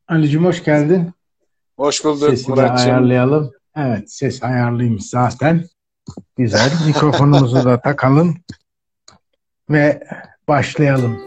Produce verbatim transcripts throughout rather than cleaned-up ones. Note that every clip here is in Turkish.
Ali'cim hoş geldin. Hoş bulduk Sesi de Muratçım. ayarlayalım. Evet, ses ayarlıymış zaten. Güzel. Mikrofonumuzu da takalım ve başlayalım.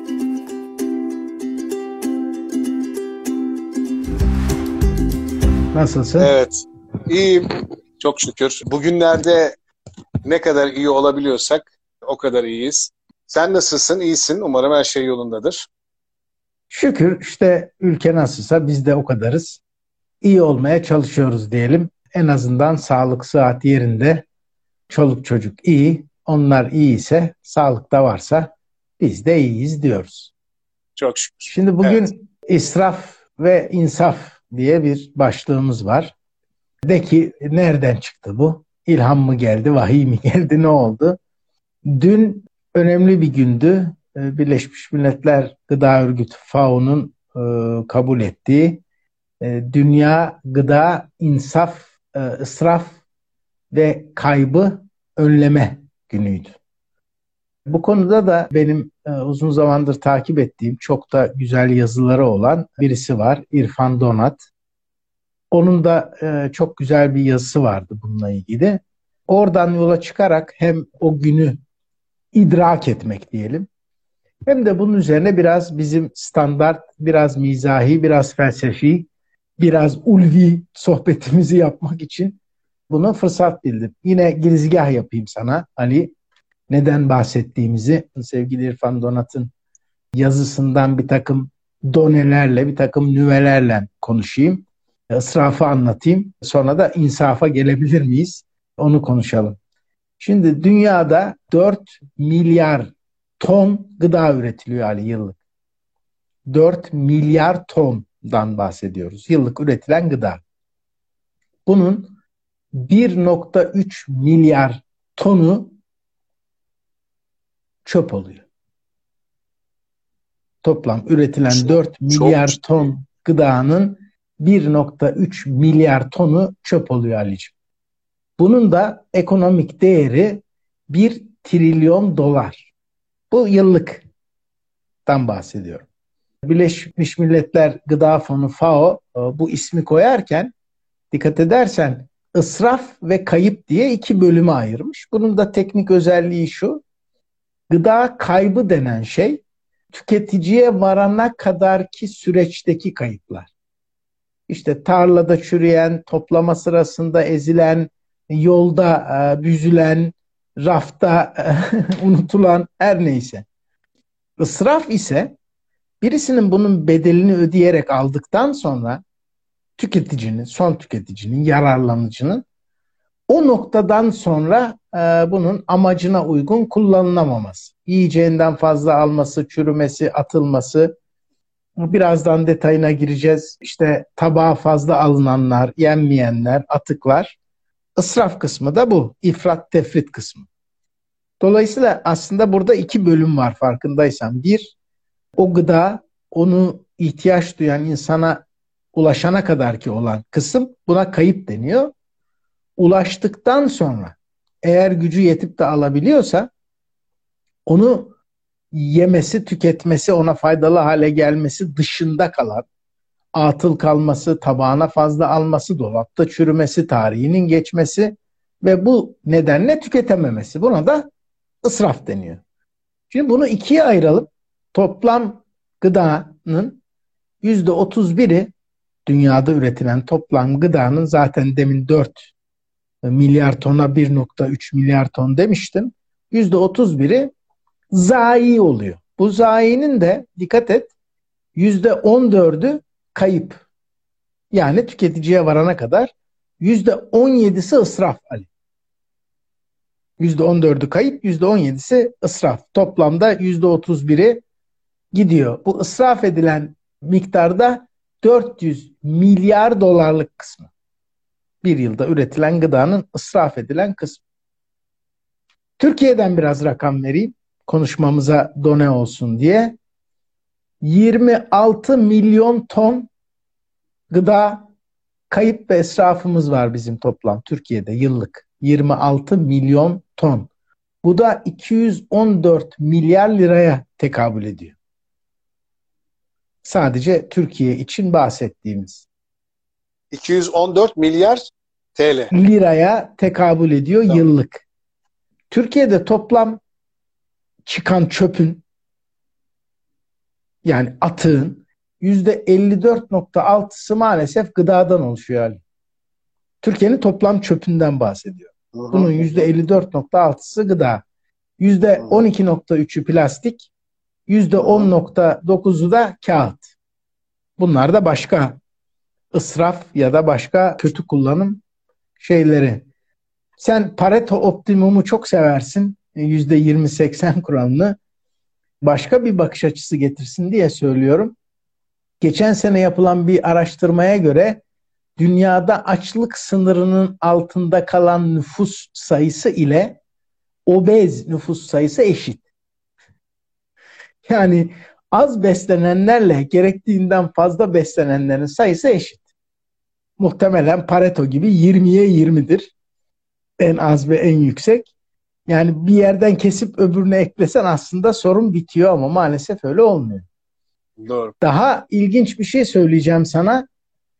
Nasılsın? Evet, iyiyim. Çok şükür. Bugünlerde ne kadar iyi olabiliyorsak o kadar iyiyiz. Sen nasılsın? İyisin. Umarım her şey yolundadır. Şükür işte ülke nasılsa biz de o kadarız. İyi olmaya çalışıyoruz diyelim. En azından sağlık sıhhat yerinde. Çoluk çocuk iyi. Onlar iyi ise, sağlık da varsa biz de iyiyiz diyoruz. Çok şükür. Şimdi Evet. bugün israf ve insaf diye bir başlığımız var. De ki nereden çıktı bu? İlham mı geldi, vahiy mi geldi, ne oldu? Dün önemli bir gündü. Ee, Birleşmiş Milletler Gıda Örgütü FAO'nun e, kabul ettiği e, Dünya Gıda İnsaf, e, İsraf ve Kaybı Önleme Günüydü. Bu konuda da benim e, uzun zamandır takip ettiğim çok da güzel yazıları olan birisi var. İrfan Donat. Onun da e, çok güzel bir yazısı vardı bununla ilgili. Oradan yola çıkarak hem o günü idrak etmek diyelim, hem de bunun üzerine biraz bizim standart, biraz mizahi, biraz felsefi, biraz ulvi sohbetimizi yapmak için bunu fırsat bildim. Yine girizgah yapayım sana Ali. Neden bahsettiğimizi sevgili İrfan Donat'ın yazısından bir takım donelerle, bir takım nüvelerle konuşayım. Israfı anlatayım. Sonra da insafa gelebilir miyiz? Onu konuşalım. Şimdi dünyada dört milyar ton gıda üretiliyor Ali yıllık. dört milyar tondan bahsediyoruz. Yıllık üretilen gıda. Bunun bir nokta üç milyar tonu çöp oluyor. Toplam üretilen Çok, dört çok milyar ciddi. ton gıdanın bir nokta üç milyar tonu çöp oluyor Ali'ciğim. Bunun da ekonomik değeri bir trilyon dolar. Bu yıllıktan bahsediyorum. Birleşmiş Milletler Gıda Fonu FAO bu ismi koyarken dikkat edersen ısraf ve kayıp diye iki bölüme ayırmış. Bunun da teknik özelliği şu: gıda kaybı denen şey tüketiciye varana kadarki süreçteki kayıplar. İşte tarlada çürüyen, toplama sırasında ezilen, yolda e, büzülen, rafta e, unutulan her neyse. Israf ise birisinin bunun bedelini ödeyerek aldıktan sonra tüketicinin, son tüketicinin, yararlanıcının o noktadan sonra e, bunun amacına uygun kullanılamaması. Yiyeceğinden fazla alması, çürümesi, atılması. Birazdan detayına gireceğiz. İşte tabağa fazla alınanlar, yenmeyenler, atıklar. Israf kısmı da bu. İfrat tefrit kısmı. Dolayısıyla aslında burada iki bölüm var farkındaysan. Bir, o gıda onu ihtiyaç duyan insana ulaşana kadar ki olan kısım, buna kayıp deniyor. Ulaştıktan sonra eğer gücü yetip de alabiliyorsa onu yemesi, tüketmesi, ona faydalı hale gelmesi dışında kalan, atıl kalması, tabağına fazla alması, dolapta çürümesi, tarihinin geçmesi ve bu nedenle tüketememesi. Buna da ısraf deniyor. Şimdi bunu ikiye ayıralım. Toplam gıdanın yüzde otuz biri, dünyada üretilen toplam gıdanın, zaten demin dört milyar tona bir nokta üç milyar ton demiştim. yüzde otuz biri zayi oluyor. Bu zayinin de dikkat et yüzde on dördü kayıp. Yani tüketiciye varana kadar yüzde on yedisi ısraf Ali. yüzde on dördü kayıp, yüzde on yedisi ısraf. Toplamda yüzde otuz biri gidiyor. Bu ısraf edilen miktarda dört yüz milyar dolarlık kısmı. Bir yılda üretilen gıdanın ısraf edilen kısmı. Türkiye'den biraz rakam vereyim konuşmamıza done olsun diye. yirmi altı milyon ton gıda kayıp ve israfımız var bizim toplam Türkiye'de yıllık. yirmi altı milyon ton. Bu da iki yüz on dört milyar liraya tekabül ediyor. Sadece Türkiye için bahsettiğimiz. iki yüz on dört milyar T L. Liraya tekabül ediyor Tamam. yıllık. Türkiye'de toplam çıkan çöpün, yani atığın yüzde elli dört nokta altısı maalesef gıdadan oluşuyor Ali. Türkiye'nin toplam çöpünden bahsediyor. Hı hı. Bunun yüzde elli dört nokta altısı gıda. yüzde on iki nokta üçü plastik, yüzde on nokta dokuzu da kağıt. Bunlar da başka ısraf ya da başka kötü kullanım şeyleri. Sen Pareto optimumu çok seversin. yüzde yirmi seksen kuralını. Başka bir bakış açısı getirsin diye söylüyorum. Geçen sene yapılan bir araştırmaya göre dünyada açlık sınırının altında kalan nüfus sayısı ile obez nüfus sayısı eşit. Yani az beslenenlerle gerektiğinden fazla beslenenlerin sayısı eşit. Muhtemelen Pareto gibi yirmiye yirmidir. En az ve en yüksek. Yani bir yerden kesip öbürüne eklesen aslında sorun bitiyor ama maalesef öyle olmuyor. Doğru. Daha ilginç bir şey söyleyeceğim sana.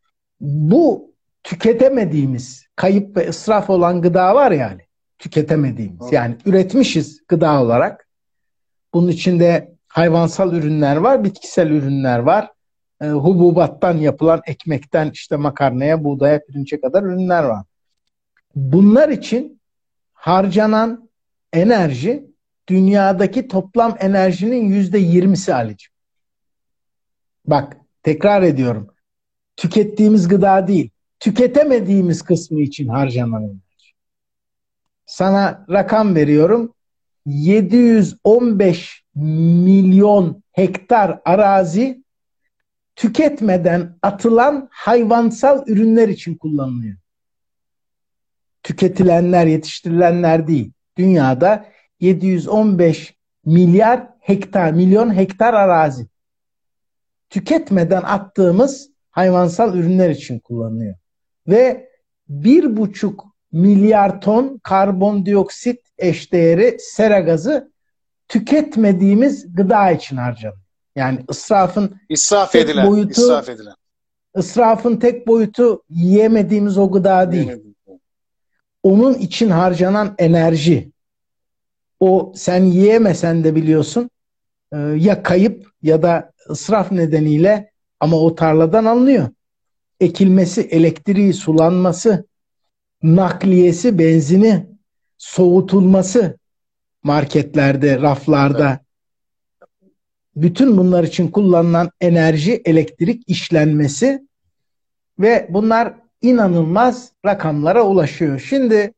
Bu tüketemediğimiz, kayıp ve israf olan gıda var yani. Tüketemediğimiz. Yani üretmişiz gıda olarak. Bunun içinde hayvansal ürünler var, bitkisel ürünler var. E, hububattan yapılan ekmekten işte makarnaya, buğdaya, pirince kadar ürünler var. Bunlar için harcanan enerji dünyadaki toplam enerjinin yüzde yirmisi Ali'ciğim. Bak tekrar ediyorum. Tükettiğimiz gıda değil, tüketemediğimiz kısmı için harcanan enerji. Sana rakam veriyorum. yedi yüz on beş milyon hektar arazi tüketmeden atılan hayvansal ürünler için kullanılıyor. Tüketilenler, yetiştirilenler değil. Dünyada yedi yüz on beş milyar hektar, milyon hektar arazi tüketmeden attığımız hayvansal ürünler için kullanılıyor. Ve bir buçuk milyar ton karbondioksit eşdeğeri sera gazı tüketmediğimiz gıda için harcanıyor. Yani israfın İsraf tek edilen, boyutu israf edilen. ısrafın tek boyutu yiyemediğimiz o gıda değil. Yemedim. Onun için harcanan enerji. O sen yiyemesen de biliyorsun ya kayıp ya da ısraf nedeniyle ama o tarladan alınıyor. Ekilmesi, elektriği, sulanması, nakliyesi, benzini, soğutulması marketlerde, raflarda. Evet. Bütün bunlar için kullanılan enerji, elektrik işlenmesi ve bunlar inanılmaz rakamlara ulaşıyor. Şimdi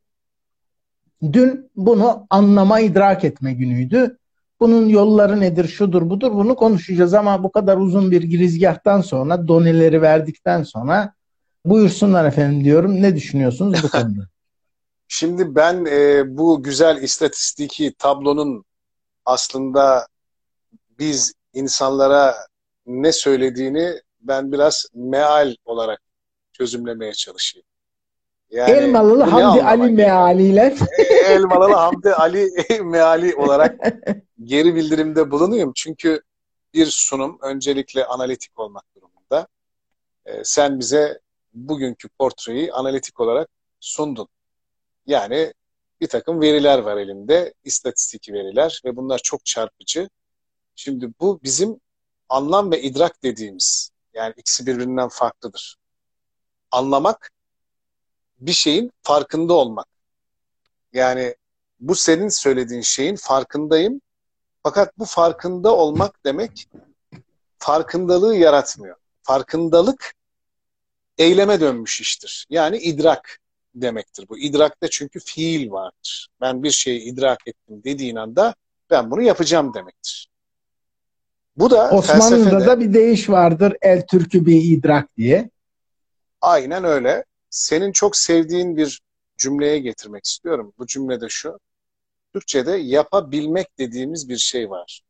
dün bunu anlama, idrak etme günüydü. Bunun yolları nedir, şudur, budur bunu konuşacağız ama bu kadar uzun bir girizgahtan sonra, doneleri verdikten sonra buyursunlar efendim diyorum. Ne düşünüyorsunuz bu konuda? Şimdi ben e, bu güzel istatistiki tablonun aslında biz insanlara ne söylediğini ben biraz meal olarak çözümlemeye çalışayım. Yani Elmalılı Hamdi Ali mealiyle. Elmalılı Hamdi Ali meali olarak geri bildirimde bulunuyum. Çünkü bir sunum öncelikle analitik olmak durumunda. Ee, sen bize bugünkü portreyi analitik olarak sundun. Yani bir takım veriler var elimde, istatistik veriler ve bunlar çok çarpıcı. Şimdi bu bizim anlam ve idrak dediğimiz, yani ikisi birbirinden farklıdır. Anlamak, bir şeyin farkında olmak. Yani bu senin söylediğin şeyin farkındayım. Fakat bu farkında olmak demek farkındalığı yaratmıyor. Farkındalık eyleme dönmüş iştir. Yani idrak demektir bu. İdrakta çünkü fiil vardır. Ben bir şeyi idrak ettim dediğin anda ben bunu yapacağım demektir. Bu da Osmanlı'da felsefede, da bir deyiş vardır. El türkü bir idrak diye. Aynen öyle. Senin çok sevdiğin bir cümleye getirmek istiyorum. Bu cümle de şu. Türkçe'de yapabilmek dediğimiz bir şey var.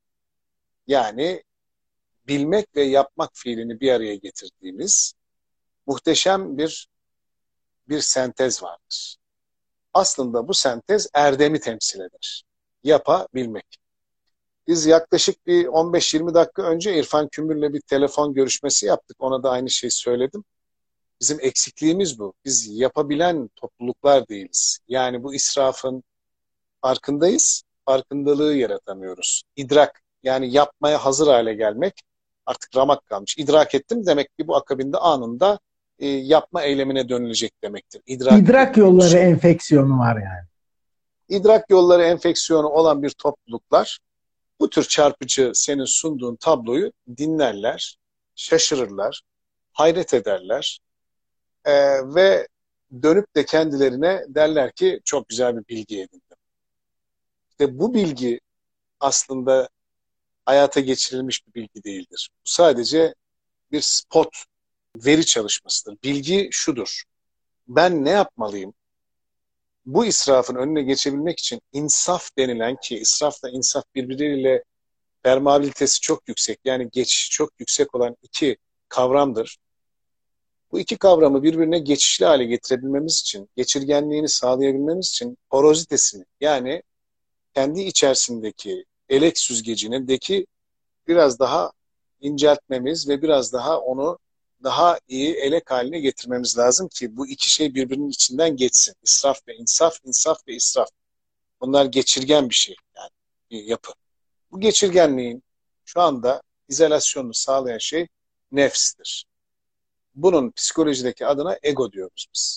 Yani bilmek ve yapmak fiilini bir araya getirdiğimiz muhteşem bir bir sentez vardır. Aslında bu sentez erdemi temsil eder. Yapabilmek. Biz yaklaşık bir on beş yirmi dakika önce İrfan Kümbür'le bir telefon görüşmesi yaptık. Ona da aynı şeyi söyledim. Bizim eksikliğimiz bu. Biz yapabilen topluluklar değiliz. Yani bu israfın farkındayız. Farkındalığı yaratamıyoruz. İdrak, yani yapmaya hazır hale gelmek artık ramak kalmış. İdrak ettim demek ki bu akabinde anında e, yapma eylemine dönülecek demektir. İdrak İdrak dediğimiz yolları şey. enfeksiyonu var yani. İdrak yolları enfeksiyonu olan bir topluluklar bu tür çarpıcı senin sunduğun tabloyu dinlerler, şaşırırlar, hayret ederler e, ve dönüp de kendilerine derler ki çok güzel bir bilgi edindim. İşte bu bilgi aslında hayata geçirilmiş bir bilgi değildir. Bu sadece bir spot veri çalışmasıdır. Bilgi şudur: ben ne yapmalıyım? Bu israfın önüne geçebilmek için insaf denilen, ki israfla insaf birbirleriyle permeabilitesi çok yüksek, yani geçişi çok yüksek olan iki kavramdır. Bu iki kavramı birbirine geçişli hale getirebilmemiz için, geçirgenliğini sağlayabilmemiz için porozitesini, yani kendi içerisindeki elek süzgecinindeki biraz daha inceltmemiz ve biraz daha onu daha iyi elek haline getirmemiz lazım ki bu iki şey birbirinin içinden geçsin. İsraf ve insaf, insaf ve israf. Bunlar geçirgen bir şey, yani bir yapı. Bu geçirgenliğin şu anda izolasyonunu sağlayan şey nefstir. Bunun psikolojideki adına ego diyoruz biz.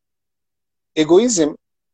Egoizm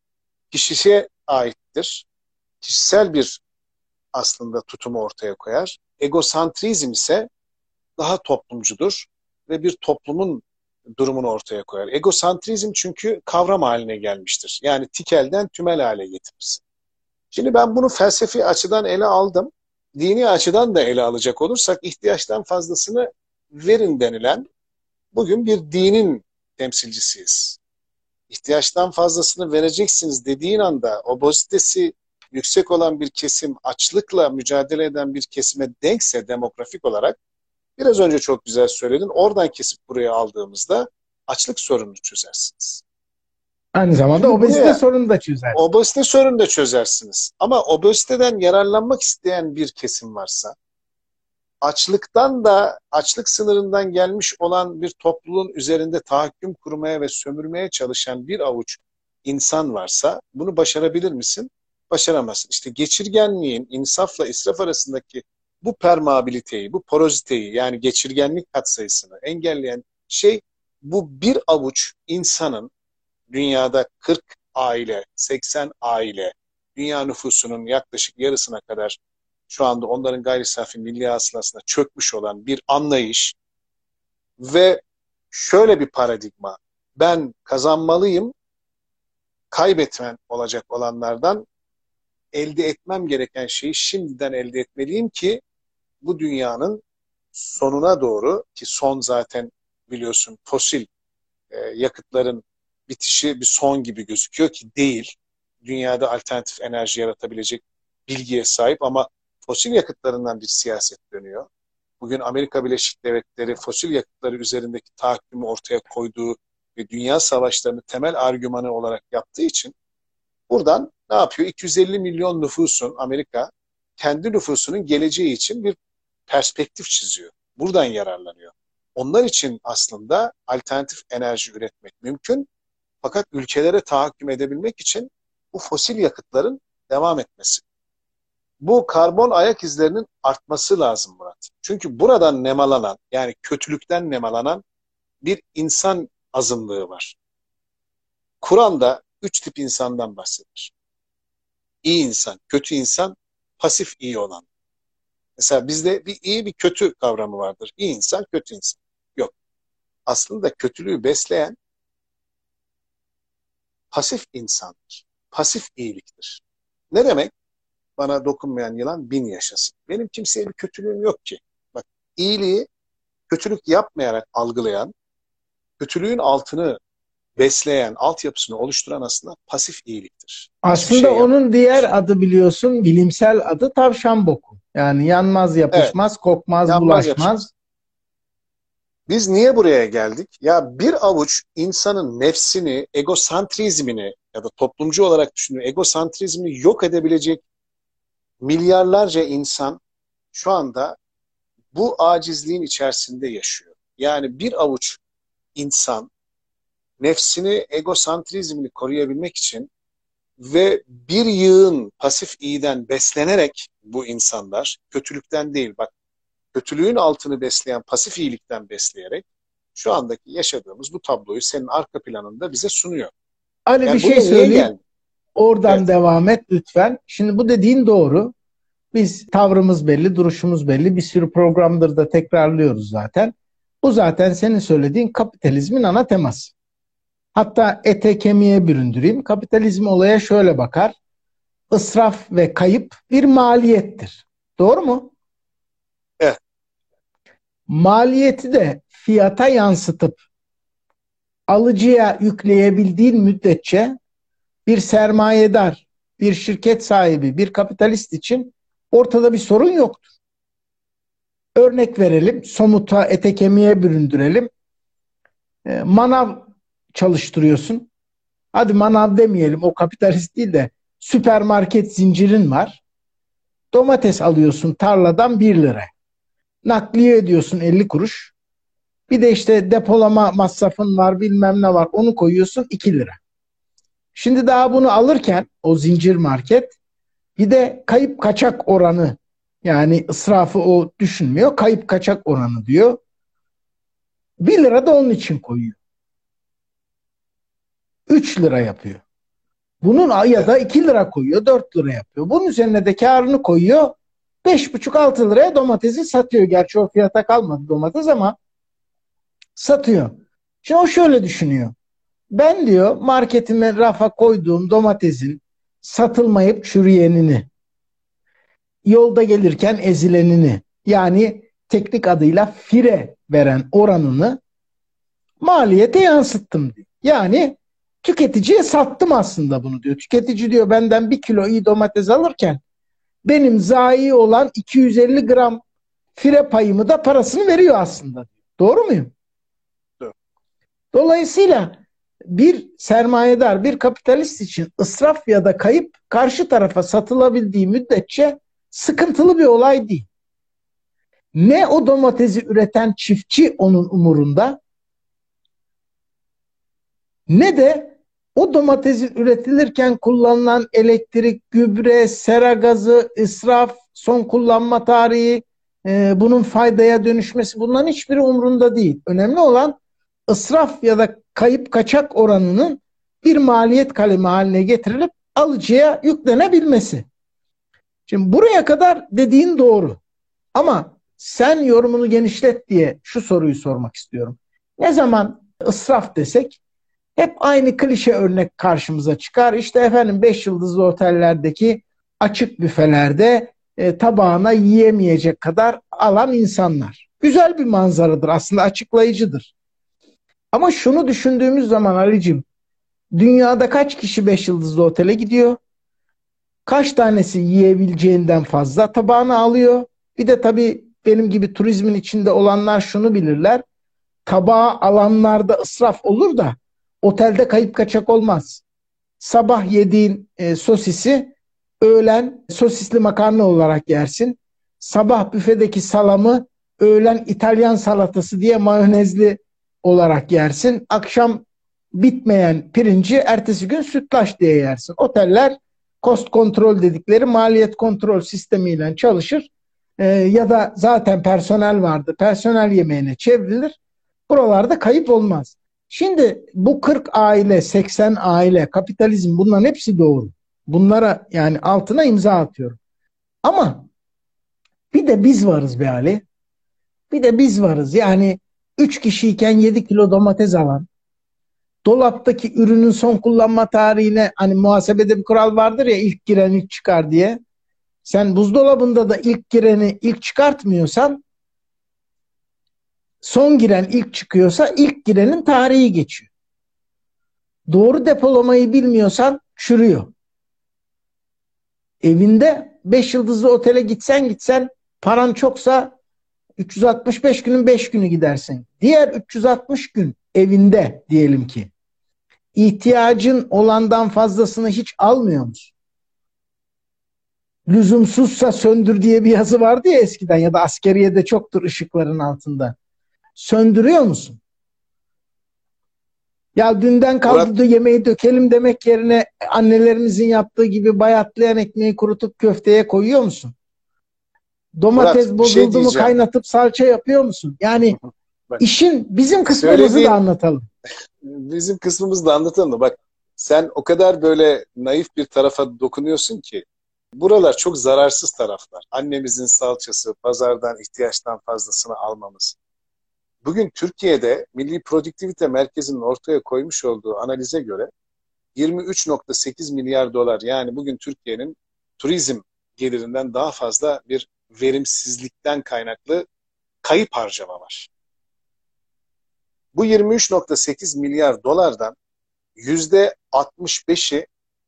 kişiye aittir. Kişisel bir aslında tutumu ortaya koyar. Egosantrizm ise daha toplumcudur ve bir toplumun durumunu ortaya koyar. Egosantrizm çünkü kavram haline gelmiştir. Yani tikelden tümel hale getirir. Şimdi ben bunu felsefi açıdan ele aldım. Dini açıdan da ele alacak olursak ihtiyaçtan fazlasını verin denilen bugün bir dinin temsilcisiyiz. İhtiyaçtan fazlasını vereceksiniz dediğin anda obezitesi yüksek olan bir kesim açlıkla mücadele eden bir kesime denkse demografik olarak, biraz önce çok güzel söyledin, oradan kesip buraya aldığımızda açlık sorununu çözersiniz. Aynı zamanda Şimdi obezite buraya sorunu da çözer. obezite sorunu da çözersiniz. Ama obeziteden yararlanmak isteyen bir kesim varsa, açlıktan da açlık sınırından gelmiş olan bir topluluğun üzerinde tahakküm kurmaya ve sömürmeye çalışan bir avuç insan varsa bunu başarabilir misin? Başaramazsın. İşte geçirgenliğin insafla israf arasındaki bu permeabiliteyi, bu poroziteyi, yani geçirgenlik katsayısını engelleyen şey bu bir avuç insanın dünyada kırk aile, seksen aile, dünya nüfusunun yaklaşık yarısına kadar şu anda onların gayri safi milli hasılasına çökmüş olan bir anlayış ve şöyle bir paradigma: ben kazanmalıyım, kaybetmen olacak olanlardan elde etmem gereken şeyi şimdiden elde etmeliyim ki bu dünyanın sonuna doğru, ki son zaten biliyorsun fosil e, yakıtların bitişi bir son gibi gözüküyor ki değil. Dünyada alternatif enerji yaratabilecek bilgiye sahip ama fosil yakıtlarından bir siyaset dönüyor. Bugün Amerika Birleşik Devletleri fosil yakıtları üzerindeki tahakkümü ortaya koyduğu ve dünya savaşlarını temel argümanı olarak yaptığı için buradan ne yapıyor? iki yüz elli milyon nüfusun, Amerika kendi nüfusunun geleceği için bir perspektif çiziyor. Buradan yararlanıyor. Onlar için aslında alternatif enerji üretmek mümkün. Fakat ülkelere tahakküm edebilmek için bu fosil yakıtların devam etmesi. Bu karbon ayak izlerinin artması lazım Murat. Çünkü buradan nemalanan, yani kötülükten nemalanan bir insan azınlığı var. Kur'an'da üç tip insandan bahseder. İyi insan, kötü insan, pasif iyi olan. Mesela bizde bir iyi bir kötü kavramı vardır. İyi insan, kötü insan. Yok. Aslında kötülüğü besleyen pasif insandır. Pasif iyiliktir. Ne demek? Bana dokunmayan yılan bin yaşasın. Benim kimseye bir kötülüğüm yok ki. Bak, iyiliği kötülük yapmayarak algılayan, kötülüğün altını besleyen, altyapısını oluşturan aslında pasif iyiliktir. Hiçbir Aslında şey onun diğer yapmıyoruz. adı biliyorsun, bilimsel adı tavşan boku. Yani yanmaz, Evet, yapışmaz, kokmaz, yanmaz yapışmaz. bulaşmaz. Biz niye buraya geldik? Ya bir avuç insanın nefsini, egosantrizmini ya da toplumcu olarak düşünün, egosantrizmini yok edebilecek milyarlarca insan şu anda bu acizliğin içerisinde yaşıyor. Yani bir avuç insan nefsini, egosantrizmini koruyabilmek için ve bir yığın pasif iyiden beslenerek, bu insanlar kötülükten değil, bak, kötülüğün altını besleyen pasif iyilikten besleyerek şu andaki yaşadığımız bu tabloyu senin arka planında bize sunuyor. Ali bir Yani şey buraya niye söyleyeyim. geldi? Oradan Evet. devam et lütfen. Şimdi bu dediğin doğru. Biz tavrımız belli, duruşumuz belli. Bir sürü programdır da tekrarlıyoruz zaten. Bu zaten senin söylediğin kapitalizmin ana teması. Hatta ete kemiğe büründüreyim. Kapitalizm olaya şöyle bakar. Israf ve kayıp bir maliyettir. Doğru mu? Evet. Maliyeti de fiyata yansıtıp alıcıya yükleyebildiğin müddetçe bir sermayedar, bir şirket sahibi, bir kapitalist için ortada bir sorun yoktur. Örnek verelim, somuta, ete kemiğe büründürelim. E, manav çalıştırıyorsun. Hadi manav demeyelim, o kapitalist değil de süpermarket zincirin var. Domates alıyorsun tarladan bir lira. Nakliye ediyorsun elli kuruş. Bir de işte depolama masrafın var, bilmem ne var. Onu koyuyorsun iki lira. Şimdi daha bunu alırken o zincir market bir de kayıp kaçak oranı, yani israfı o düşünmüyor. Kayıp kaçak oranı diyor. bir lira da onun için koyuyor. üç lira yapıyor. Bunun ya da iki lira koyuyor, dört lira yapıyor. Bunun üzerine de karını koyuyor. beş buçuk altı liraya domatesi satıyor. Gerçi o fiyata kalmadı domates ama satıyor. Şimdi o şöyle düşünüyor. Ben diyor marketime rafa koyduğum domatesin satılmayıp çürüyenini, yolda gelirken ezilenini, yani teknik adıyla fire veren oranını maliyete yansıttım diyor. Yani tüketiciye sattım aslında bunu diyor. Tüketici diyor benden bir kilo iyi domates alırken benim zayi olan iki yüz elli gram fire payımı da parasını veriyor aslında. Doğru muyum? Doğru. Dolayısıyla bir sermayedar, bir kapitalist için israf ya da kayıp karşı tarafa satılabildiği müddetçe sıkıntılı bir olay değil. Ne o domatesi üreten çiftçi onun umurunda, ne de o domatesin üretilirken kullanılan elektrik, gübre, sera gazı, israf, son kullanma tarihi, e, bunun faydaya dönüşmesi, bunların hiçbiri umrunda değil. Önemli olan israf ya da kayıp kaçak oranının bir maliyet kalemi haline getirilip alıcıya yüklenebilmesi. Şimdi buraya kadar dediğin doğru. Ama sen yorumunu genişlet diye şu soruyu sormak istiyorum. Ne zaman israf desek hep aynı klişe örnek karşımıza çıkar. İşte efendim beş yıldızlı otellerdeki açık büfelerde e, tabağına yiyemeyecek kadar alan insanlar. Güzel bir manzaradır aslında, açıklayıcıdır. Ama şunu düşündüğümüz zaman Ali'cim, dünyada kaç kişi beş yıldızlı otele gidiyor? Kaç tanesi yiyebileceğinden fazla tabağını alıyor? Bir de tabii benim gibi turizmin içinde olanlar şunu bilirler. Tabağı alanlarda israf olur da otelde kayıp kaçak olmaz. Sabah yediğin e, sosisi öğlen sosisli makarna olarak yersin. Sabah büfedeki salamı öğlen İtalyan salatası diye mayonezli olarak yersin. Akşam bitmeyen pirinci ertesi gün sütlaç diye yersin. Oteller cost kontrol dedikleri maliyet kontrol sistemiyle çalışır. E, ya da zaten personel vardı. Personel yemeğine çevrilir. Buralarda kayıp olmaz. Şimdi bu kırk aile, seksen aile, kapitalizm, bunların hepsi doğru. Bunlara yani altına imza atıyorum. Ama bir de biz varız be Ali. Bir de biz varız. Yani üç kişiyken yedi kilo domates alan, dolaptaki ürünün son kullanma tarihine, hani muhasebede bir kural vardır ya, ilk giren ilk çıkar diye. Sen buzdolabında da ilk gireni ilk çıkartmıyorsan, son giren ilk çıkıyorsa ilk girenin tarihi geçiyor. Doğru depolamayı bilmiyorsan çürüyor. Evinde beş yıldızlı otele gitsen gitsen paran çoksa üç yüz altmış beş günün beş günü gidersin. Diğer üç yüz altmış gün evinde diyelim ki ihtiyacın olandan fazlasını hiç almıyor musun? Lüzumsuzsa söndür diye bir yazı vardı ya eskiden, ya da askeriyede çoktur ışıkların altında. Söndürüyor musun? Ya dünden Murat, kaldı yemeği dökelim demek yerine annelerimizin yaptığı gibi bayatlayan ekmeği kurutup köfteye koyuyor musun? Murat Domates bir şey bozuldu mu diyeceğim. kaynatıp salça yapıyor musun? Yani Bak, işin bizim kısmımızı da söylediğin anlatalım. bizim kısmımızı da anlatalım da bak, sen o kadar böyle naif bir tarafa dokunuyorsun ki buralar çok zararsız taraflar. Annemizin salçası, pazardan ihtiyaçtan fazlasını almamız. Bugün Türkiye'de Milli Produktivite Merkezi'nin ortaya koymuş olduğu analize göre yirmi üç nokta sekiz milyar dolar, yani bugün Türkiye'nin turizm gelirinden daha fazla bir verimsizlikten kaynaklı kayıp harcama var. Bu yirmi üç nokta sekiz milyar dolardan yüzde altmış beşi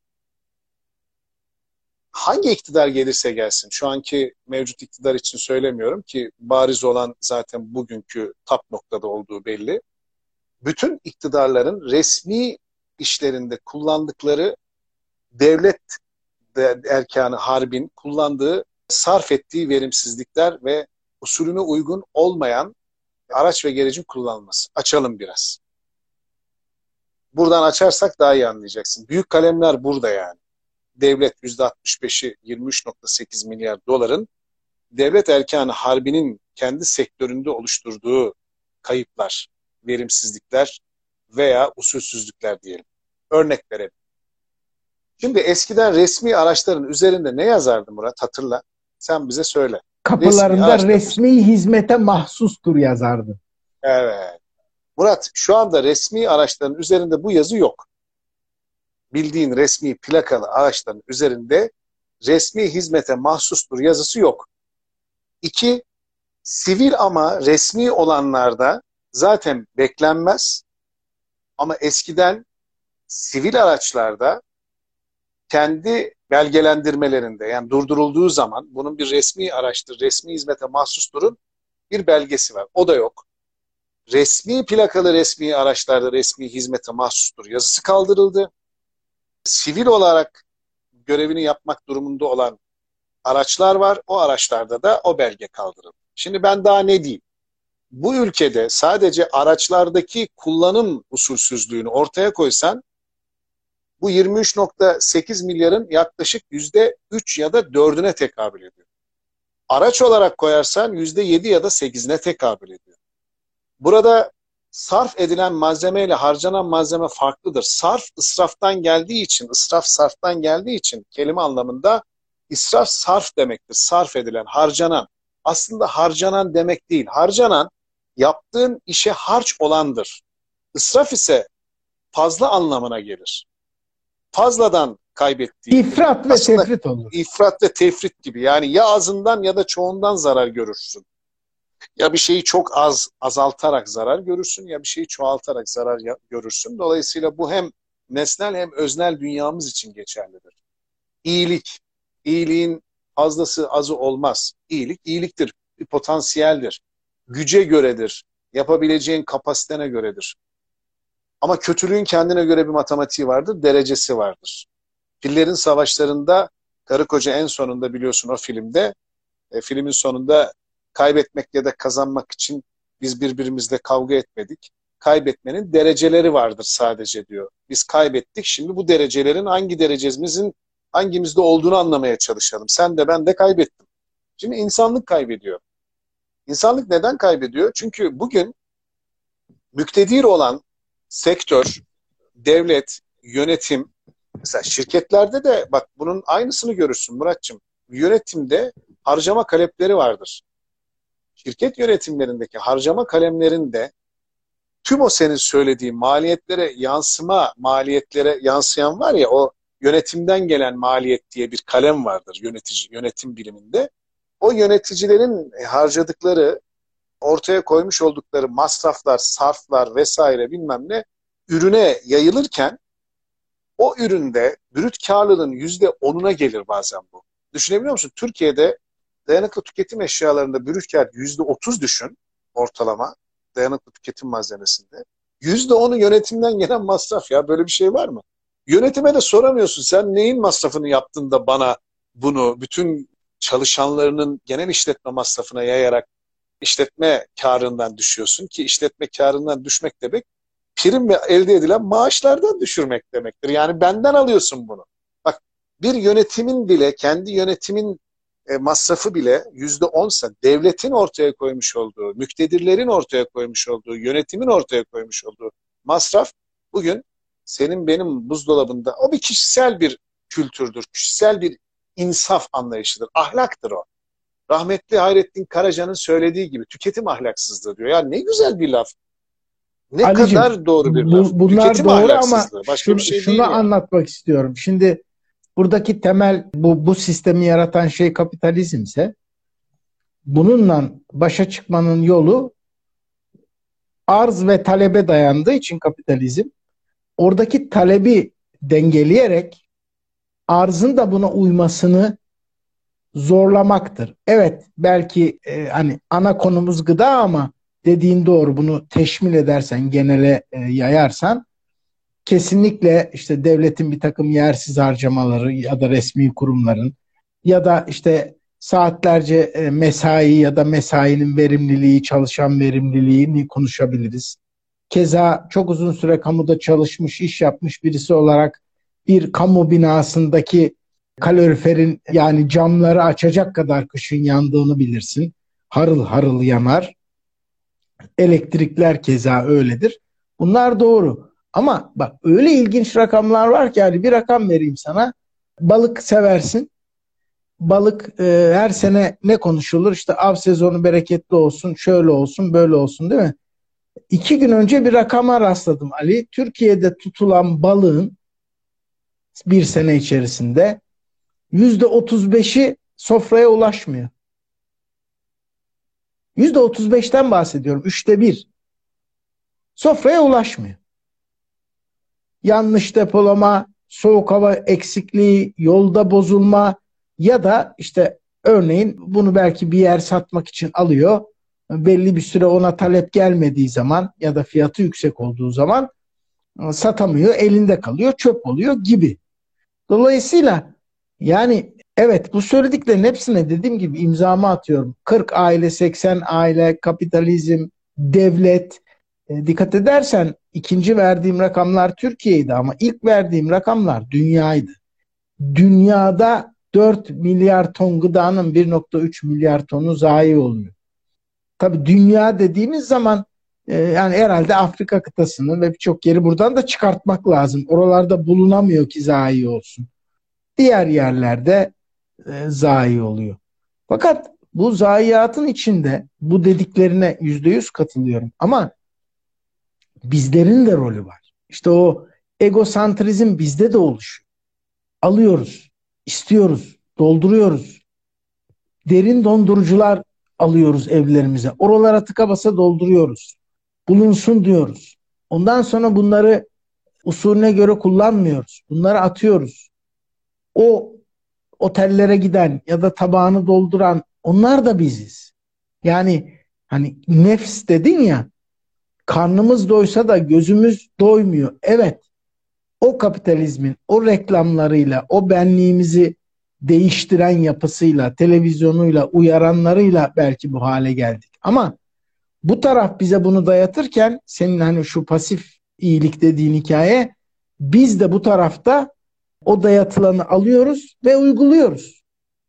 hangi iktidar gelirse gelsin, şu anki mevcut iktidar için söylemiyorum ki bariz olan zaten bugünkü tap noktada olduğu belli. Bütün iktidarların resmi işlerinde kullandıkları devlet de erkanı harbin kullandığı, sarf ettiği verimsizlikler ve usulüne uygun olmayan araç ve gerecin kullanılması. Açalım biraz. Buradan açarsak daha iyi anlayacaksın. Büyük kalemler burada yani. Devlet yüzde altmış beşi, yirmi üç nokta sekiz milyar doların devlet erkanı harbinin kendi sektöründe oluşturduğu kayıplar, verimsizlikler veya usulsüzlükler diyelim. Örnek verelim. Şimdi eskiden resmi araçların üzerinde ne yazardı Murat, hatırla. Sen bize söyle. Resmi Kapılarında araçların resmi hizmete mahsustur yazardı. Evet. Murat, şu anda resmi araçların üzerinde bu yazı yok. Bildiğin resmi plakalı araçların üzerinde resmi hizmete mahsustur yazısı yok. İki, sivil ama resmi olanlarda zaten beklenmez. Ama eskiden sivil araçlarda kendi belgelendirmelerinde, yani durdurulduğu zaman bunun bir resmi araçtır, resmi hizmete mahsusturun bir belgesi var. O da yok. Resmi plakalı resmi araçlarda resmi hizmete mahsustur yazısı kaldırıldı. Sivil olarak görevini yapmak durumunda olan araçlar var. O araçlarda da o belge kaldırıldı. Şimdi ben daha ne diyeyim? Bu ülkede sadece araçlardaki kullanım usulsüzlüğünü ortaya koysan bu yirmi üç nokta sekiz milyarın yaklaşık yüzde üç ya da dördüne tekabül ediyor. Araç olarak koyarsan yüzde yedi ya da sekizine tekabül ediyor. Burada sarf edilen malzeme ile harcanan malzeme farklıdır. Sarf ısraftan geldiği için, ısraf sarftan geldiği için kelime anlamında israf sarf demektir. Sarf edilen, harcanan. Aslında harcanan demek değil. Harcanan yaptığın işe harç olandır. Israf ise fazla anlamına gelir. Fazladan kaybettiğindir. İfrat ve Aslında tefrit olur. ifrat ve tefrit gibi. Yani ya azından ya da çoğundan zarar görürsün. Ya bir şeyi çok az azaltarak zarar görürsün ya bir şeyi çoğaltarak zarar görürsün. Dolayısıyla bu hem nesnel hem öznel dünyamız için geçerlidir. İyilik, iyiliğin fazlası azı olmaz. İyilik, iyiliktir, bir potansiyeldir. Güce göredir, yapabileceğin kapasitene göredir. Ama kötülüğün kendine göre bir matematiği vardır, derecesi vardır. Fillerin Savaşları'nda karı koca en sonunda biliyorsun o filmde, e, filmin sonunda kaybetmek ya da kazanmak için biz birbirimizle kavga etmedik. Kaybetmenin dereceleri vardır sadece diyor. Biz kaybettik, şimdi bu derecelerin hangi derecemizin hangimizde olduğunu anlamaya çalışalım. Sen de ben de kaybettim. Şimdi insanlık kaybediyor. İnsanlık neden kaybediyor? Çünkü bugün müktedir olan sektör, devlet, yönetim, mesela şirketlerde de bak bunun aynısını görürsün Muratçım. Yönetimde harcama kalemleri vardır. Şirket yönetimlerindeki harcama kalemlerinde tüm o senin söylediğin maliyetlere yansıma, maliyetlere yansıyan var ya, o yönetimden gelen maliyet diye bir kalem vardır yönetici, yönetim biliminde. O yöneticilerin harcadıkları, ortaya koymuş oldukları masraflar, sarflar vesaire bilmem ne ürüne yayılırken o üründe brüt karlılığın yüzde onuna gelir bazen bu. Düşünebiliyor musun? Türkiye'de dayanıklı tüketim eşyalarında brüt kar yüzde otuz düşün ortalama dayanıklı tüketim malzemesinde. Yüzde onu yönetimden gelen masraf ya, böyle bir şey var mı? Yönetime de soramıyorsun sen neyin masrafını yaptın da bana bunu bütün çalışanlarının genel işletme masrafına yayarak işletme karından düşüyorsun ki işletme karından düşmek demek prim ve elde edilen maaşlardan düşürmek demektir. Yani benden alıyorsun bunu. Bak, bir yönetimin bile, kendi yönetimin e, masrafı bile yüzde onsa devletin ortaya koymuş olduğu, müktedirlerin ortaya koymuş olduğu, yönetimin ortaya koymuş olduğu masraf bugün senin benim buzdolabında, o bir kişisel bir kültürdür, kişisel bir insaf anlayışıdır, ahlaktır o. Rahmetli Hayrettin Karaca'nın söylediği gibi tüketim ahlaksızlığı diyor. Ya ne güzel bir laf. Ne Ali'cim, kadar doğru bir laf. bu, bunlar Tüketim doğru ama ahlaksızlığı. Başka bir şunu, şey değil şunu yani. anlatmak istiyorum. Şimdi buradaki temel bu, bu sistemi yaratan şey kapitalizmse bununla başa çıkmanın yolu arz ve talebe dayandığı için kapitalizm oradaki talebi dengeleyerek arzın da buna uymasını zorlamaktır. Evet, belki e, hani ana konumuz gıda ama dediğin doğru, bunu teşmil edersen, genele e, yayarsan kesinlikle işte devletin bir takım yersiz harcamaları ya da resmi kurumların ya da işte saatlerce e, mesai ya da mesainin verimliliği, çalışan verimliliğini konuşabiliriz. Keza çok uzun süre kamuda çalışmış, iş yapmış birisi olarak bir kamu binasındaki kaloriferin, yani camları açacak kadar kışın yandığını bilirsin. Harıl harıl yanar. Elektrikler keza öyledir. Bunlar doğru. Ama bak, öyle ilginç rakamlar var ki, yani bir rakam vereyim sana. Balık seversin. Balık e, her sene ne konuşulur? İşte av sezonu bereketli olsun, şöyle olsun, böyle olsun, değil mi? İki gün önce bir rakama rastladım Ali. Türkiye'de tutulan balığın bir sene içerisinde yüzde otuz beşi sofraya ulaşmıyor. Yüzde otuz beşten bahsediyorum. Üçte bir. Sofraya ulaşmıyor. Yanlış depolama, soğuk hava eksikliği, yolda bozulma ya da işte örneğin bunu belki bir yer satmak için alıyor. Belli bir süre ona talep gelmediği zaman ya da fiyatı yüksek olduğu zaman satamıyor, elinde kalıyor, çöp oluyor gibi. Dolayısıyla yani evet, bu söylediklerin hepsine dediğim gibi imzamı atıyorum. kırk aile, seksen aile, kapitalizm, devlet. E, dikkat edersen ikinci verdiğim rakamlar Türkiye'ydi ama ilk verdiğim rakamlar dünyaydı. Dünyada dört milyar ton gıdanın bir nokta üç milyar tonu zayi oluyor. Tabii dünya dediğimiz zaman e, yani herhalde Afrika kıtasını ve birçok yeri buradan da çıkartmak lazım. Oralarda bulunamıyor ki zayi olsun. Diğer yerlerde e, zayi oluyor. Fakat bu zayiatın içinde bu dediklerine yüzde yüz katılıyorum. Ama bizlerin de rolü var. İşte o egosantrizm bizde de oluşuyor. Alıyoruz, istiyoruz, dolduruyoruz. Derin dondurucular alıyoruz evlerimize. Oralara tıka basa dolduruyoruz. Bulunsun diyoruz. Ondan sonra bunları usulüne göre kullanmıyoruz. Bunları atıyoruz. O otellere giden ya da tabağını dolduran, onlar da biziz. Yani hani nefs dedin ya, karnımız doysa da gözümüz doymuyor. Evet, o kapitalizmin o reklamlarıyla, o benliğimizi değiştiren yapısıyla, televizyonuyla, uyaranlarıyla belki bu hale geldik. Ama bu taraf bize bunu dayatırken, senin hani şu pasif iyilik dediğin hikaye, biz de bu tarafta o dayatılanı alıyoruz ve uyguluyoruz.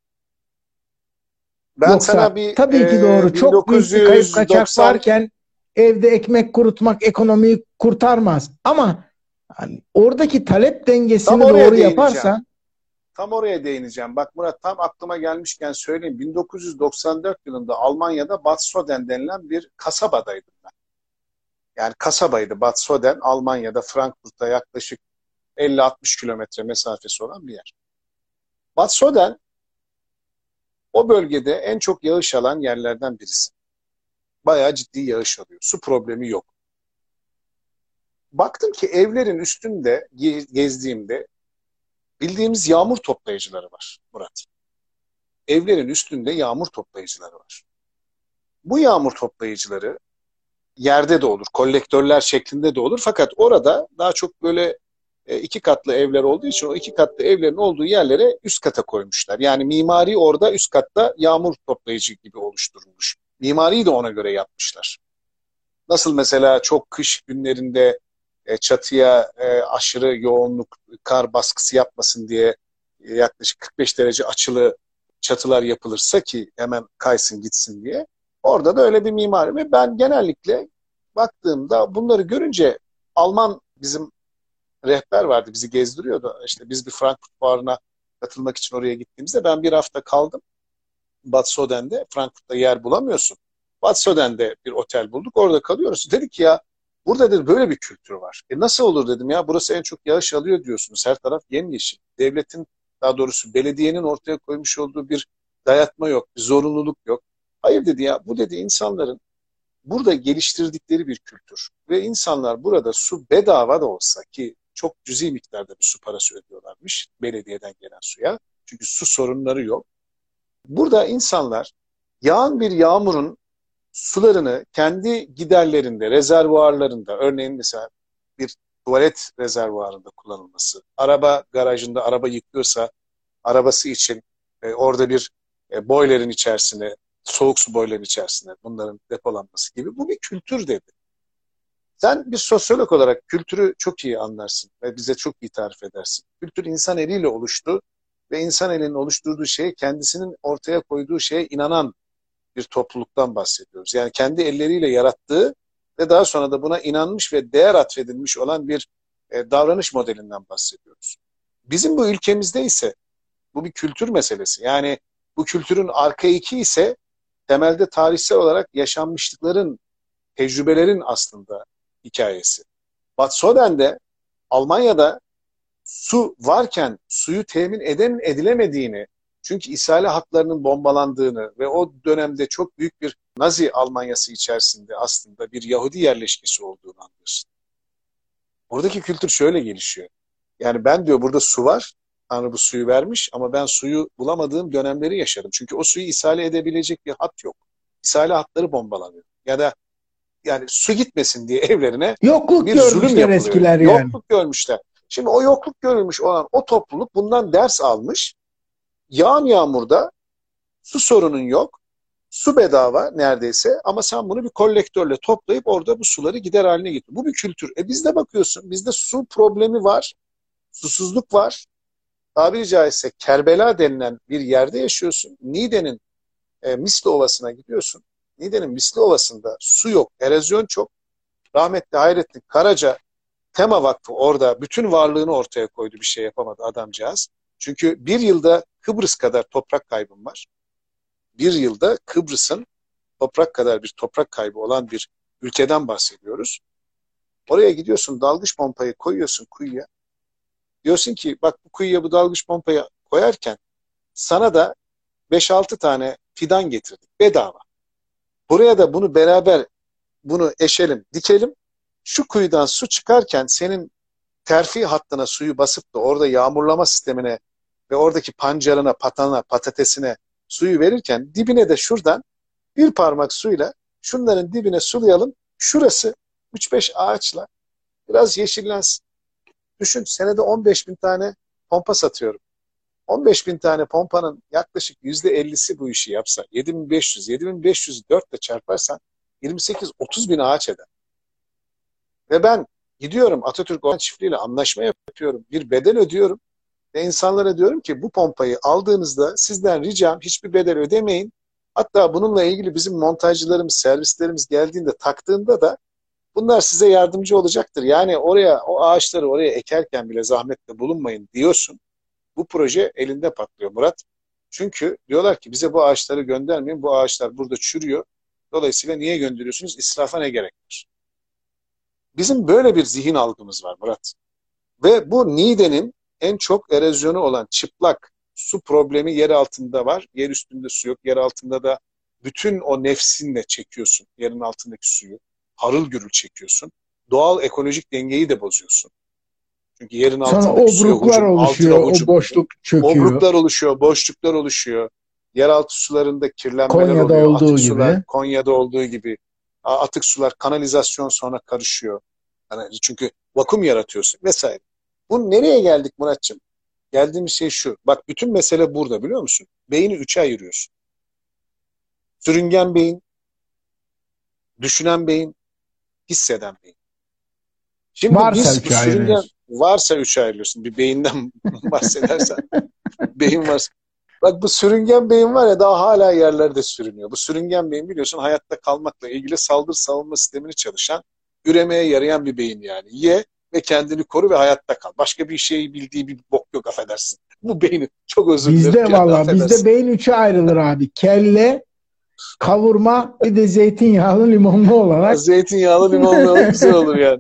Ben Yoksa sana bir tabii ki e, doğru, çok büyük bir kayıp kaçak bin dokuz yüz doksan varken evde ekmek kurutmak ekonomiyi kurtarmaz. Ama hani oradaki talep tam dengesini oraya doğru değineceğim. yaparsan, Tam oraya değineceğim. Bak Murat, tam aklıma gelmişken söyleyeyim. bin dokuz yüz doksan dört yılında Almanya'da Bad Soden denilen bir kasabadaydım ben. Yani kasabaydı Bad Soden, Almanya'da Frankfurt'ta yaklaşık elli altmış kilometre mesafesi olan bir yer. Bad Soden o bölgede en çok yağış alan yerlerden birisi. Bayağı ciddi yağış alıyor. Su problemi yok. Baktım ki evlerin üstünde gezdiğimde bildiğimiz yağmur toplayıcıları var Murat. Evlerin üstünde yağmur toplayıcıları var. Bu yağmur toplayıcıları yerde de olur, kolektörler şeklinde de olur. Fakat orada daha çok böyle e, iki katlı evler olduğu için o iki katlı evlerin olduğu yerlere üst kata koymuşlar. Yani mimari orada üst katta yağmur toplayıcı gibi oluşturulmuş. Mimariyi de ona göre yapmışlar. Nasıl mesela çok kış günlerinde e, çatıya e, aşırı yoğunluk, kar baskısı yapmasın diye e, yaklaşık kırk beş derece açılı çatılar yapılırsa ki hemen kaysın gitsin diye. Orada da öyle bir mimari ve ben genellikle baktığımda bunları görünce Alman bizim rehber vardı bizi gezdiriyordu. İşte biz bir Frankfurt fuarına katılmak için oraya gittiğimizde ben bir hafta kaldım. Bad Soden'de. Frankfurt'ta yer bulamıyorsun. Bad Soden'de bir otel bulduk. Orada kalıyoruz. Dedik ya burada dedi böyle bir kültür var. E nasıl olur dedim ya burası en çok yağış alıyor diyorsunuz. Her taraf yemyeşil. Devletin daha doğrusu belediyenin ortaya koymuş olduğu bir dayatma yok. Bir zorunluluk yok. Hayır dedi ya bu dedi insanların burada geliştirdikleri bir kültür. Ve insanlar burada su bedava da olsa ki çok cüzi miktarda bir su parası ödüyorlarmış belediyeden gelen suya. Çünkü su sorunları yok. Burada insanlar yağan bir yağmurun sularını kendi giderlerinde, rezervuarlarında, örneğin mesela bir tuvalet rezervuarında kullanılması, araba garajında araba yıkıyorsa arabası için e, orada bir e, boiler'in içerisine, soğuk su boiler'in içerisine bunların depolanması gibi bu bir kültür dedi. Sen bir sosyolog olarak kültürü çok iyi anlarsın ve bize çok iyi tarif edersin. Kültür insan eliyle oluştu ve insan elinin oluşturduğu şey kendisinin ortaya koyduğu şeye inanan bir topluluktan bahsediyoruz. Yani kendi elleriyle yarattığı ve daha sonra da buna inanmış ve değer atfedilmiş olan bir e, davranış modelinden bahsediyoruz. Bizim bu ülkemizde ise bu bir kültür meselesi. Yani bu kültürün arkaiki ise temelde tarihsel olarak yaşanmışlıkların, tecrübelerin aslında hikayesi. Bad Soden'de Almanya'da su varken suyu temin eden edilemediğini, çünkü ishale hatlarının bombalandığını ve o dönemde çok büyük bir Nazi Almanyası içerisinde aslında bir Yahudi yerleşkesi olduğunu anlıyorsun. Buradaki kültür şöyle gelişiyor. Yani ben diyor burada su var, Tanrı bu suyu vermiş ama ben suyu bulamadığım dönemleri yaşadım. Çünkü o suyu ishale edebilecek bir hat yok. İshale hatları bombalanıyor. Ya da yani su gitmesin diye evlerine Yokluk bir zulüm görmüşler yapılıyor. eskiler yani. Yokluk görmüşler. Şimdi o yokluk görülmüş olan o topluluk bundan ders almış. Yağan yağmurda su sorunun yok. Su bedava neredeyse ama sen bunu bir kolektörle toplayıp orada bu suları gider haline getir. Bu bir kültür. E bizde bakıyorsun bizde su problemi var. Susuzluk var. Tabiri caizse Kerbela denilen bir yerde yaşıyorsun. Niğde'nin e, Misli Ovası'na gidiyorsun. Niğde'nin Misli Ovası'nda su yok, erozyon çok. Rahmetli Hayrettin Karaca Tema Vakfı orada bütün varlığını ortaya koydu, bir şey yapamadı adamcağız. Çünkü bir yılda Kıbrıs kadar toprak kaybım var. Bir yılda Kıbrıs'ın toprak kadar bir toprak kaybı olan bir ülkeden bahsediyoruz. Oraya gidiyorsun, dalgıç pompayı koyuyorsun kuyuya. Diyorsun ki bak bu kuyuya bu dalgıç pompayı koyarken sana da beş altı tane fidan getirdik bedava. Buraya da bunu beraber bunu eşelim, dikelim. Şu kuyudan su çıkarken senin terfi hattına suyu basıp da orada yağmurlama sistemine ve oradaki pancarına, patana, patatesine suyu verirken dibine de şuradan bir parmak suyla şunların dibine sulayalım. Şurası üç beş ağaçla biraz yeşillensin. Düşün senede on beş bin tane pompa satıyorum. on beş bin tane pompanın yaklaşık yüzde ellisi bu işi yapsa yedi bin beş yüz, yedi bin beş yüzü dört ile çarparsan yirmi sekiz otuz bin ağaç eder. Ve ben gidiyorum Atatürk Orman Çiftliği ile anlaşma yapıyorum. Bir bedel ödüyorum. Ve insanlara diyorum ki bu pompayı aldığınızda sizden ricam hiçbir bedel ödemeyin. Hatta bununla ilgili bizim montajcılarımız, servislerimiz geldiğinde taktığında da bunlar size yardımcı olacaktır. Yani oraya o ağaçları oraya ekerken bile zahmetle bulunmayın diyorsun. Bu proje elinde patlıyor Murat. Çünkü diyorlar ki bize bu ağaçları göndermeyin. Bu ağaçlar burada çürüyor. Dolayısıyla niye gönderiyorsunuz? İsrafa ne gerek var? Bizim böyle bir zihin algımız var Murat. Ve bu Niğde'nin en çok erozyonu olan çıplak su problemi yer altında var. Yer üstünde su yok. Yer altında da bütün o nefsinle çekiyorsun. Yerin altındaki suyu. Harıl gürül çekiyorsun. Doğal ekolojik dengeyi de bozuyorsun. Çünkü yerin Sonra altındaki suya obruklar hücum, oluşuyor, altına hücum. o boşluk çöküyor. Obruklar oluşuyor, boşluklar oluşuyor. Yeraltı sularında kirlenmeler Konya'da oluyor. olduğu Atık sular, gibi. Konya'da olduğu gibi. Atık sular kanalizasyon sonra karışıyor. Yani çünkü vakum yaratıyorsun vesaire. Bu nereye geldik Muratçım? Geldiğimiz şey şu. Bak bütün mesele burada biliyor musun? Beyni üçe ayırıyorsun. Sürüngen beyin, düşünen beyin, hisseden beyin. Şimdi Varsa biz bu üçe sürüngen ayırıyoruz. varsa üçe ayırıyorsun. Bir beyinden bahsedersen. Beyin varsa. Bak bu sürüngen beyin var ya daha hala yerlerde sürünüyor. Bu sürüngen beyin biliyorsun hayatta kalmakla ilgili saldırı savunma sistemini çalışan, üremeye yarayan bir beyin yani. Ye ve kendini koru ve hayatta kal. Başka bir şeyi bildiği bir bok yok affedersin. Bu beynin çok özür dilerim Bizde yani valla bizde affedersin. beyin üçe ayrılır abi. Kelle, kavurma bir de zeytinyağlı limonlu olarak. Zeytinyağlı limonlu güzel olur yani.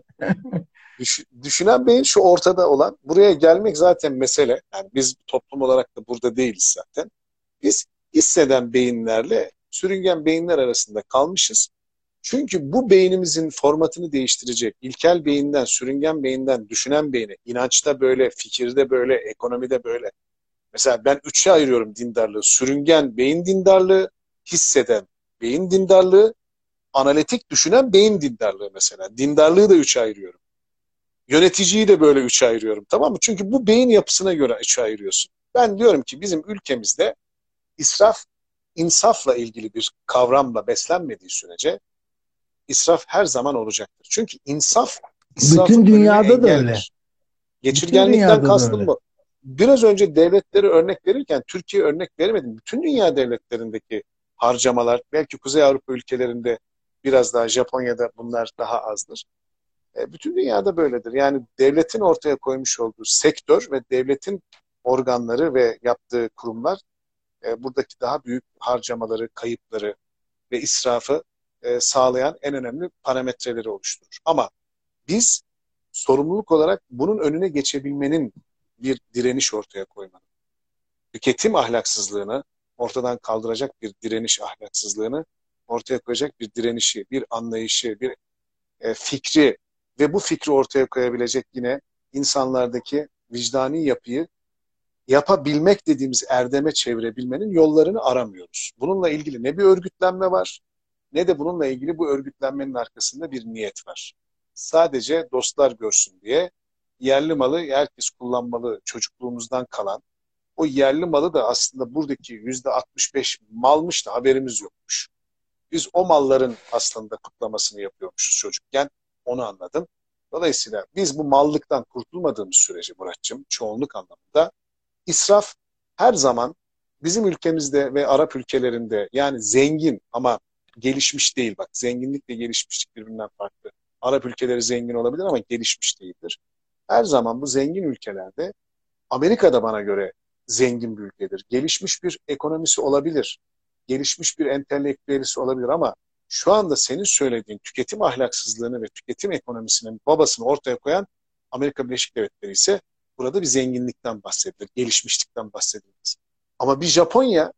Düş, düşünen beyin şu ortada olan. Buraya gelmek zaten mesele. Yani biz toplum olarak da burada değiliz zaten. Biz hisseden beyinlerle sürüngen beyinler arasında kalmışız. Çünkü bu beynimizin formatını değiştirecek, ilkel beyinden, sürüngen beyinden, düşünen beyne, inançta böyle, fikirde böyle, ekonomide böyle. Mesela ben üçe ayırıyorum dindarlığı. Sürüngen beyin dindarlığı, hisseden beyin dindarlığı, analitik düşünen beyin dindarlığı mesela. Dindarlığı da üçe ayırıyorum. Yöneticiyi de böyle üçe ayırıyorum, tamam mı? Çünkü bu beyin yapısına göre üçe ayırıyorsun. Ben diyorum ki bizim ülkemizde israf, insafla ilgili bir kavramla beslenmediği sürece israf her zaman olacaktır. Çünkü insaf, israfın Bütün önüne dünyada da öyle. engeldir. Bütün Geçirgenlikten dünyada da kastım öyle. bu. Biraz önce devletleri örnek verirken Türkiye örnek veremedim. Bütün dünya devletlerindeki harcamalar, belki Kuzey Avrupa ülkelerinde biraz daha, Japonya'da bunlar daha azdır. E, bütün dünyada böyledir. Yani devletin ortaya koymuş olduğu sektör ve devletin organları ve yaptığı kurumlar e, buradaki daha büyük harcamaları, kayıpları ve israfı e, sağlayan en önemli parametreleri oluşturur. Ama biz sorumluluk olarak bunun önüne geçebilmenin bir direniş ortaya koymalı. Tüketim ahlaksızlığını ortadan kaldıracak bir direniş ahlaksızlığını ortaya koyacak bir direnişi, bir anlayışı, bir e, fikri ve bu fikri ortaya koyabilecek yine insanlardaki vicdani yapıyı yapabilmek dediğimiz erdeme çevirebilmenin yollarını aramıyoruz. Bununla ilgili ne bir örgütlenme var ne de bununla ilgili bu örgütlenmenin arkasında bir niyet var. Sadece dostlar görsün diye yerli malı herkes kullanmalı çocukluğumuzdan kalan o yerli malı da aslında buradaki yüzde altmış beş malmış da haberimiz yokmuş. Biz o malların aslında kutlamasını yapıyormuşuz çocukken. Onu anladım. Dolayısıyla biz bu mallıktan kurtulmadığımız sürece Muratçım, çoğunluk anlamında israf her zaman bizim ülkemizde ve Arap ülkelerinde yani zengin ama gelişmiş değil. Bak zenginlikle gelişmişlik birbirinden farklı. Arap ülkeleri zengin olabilir ama gelişmiş değildir. Her zaman bu zengin ülkelerde Amerika'da bana göre zengin bir ülkedir. Gelişmiş bir ekonomisi olabilir. Gelişmiş bir entelektüelisi olabilir ama şu anda senin söylediğin tüketim ahlaksızlığını ve tüketim ekonomisinin babasını ortaya koyan Amerika Birleşik Devletleri ise burada bir zenginlikten bahsedilir, gelişmişlikten bahsedilmez. Ama bir Japonya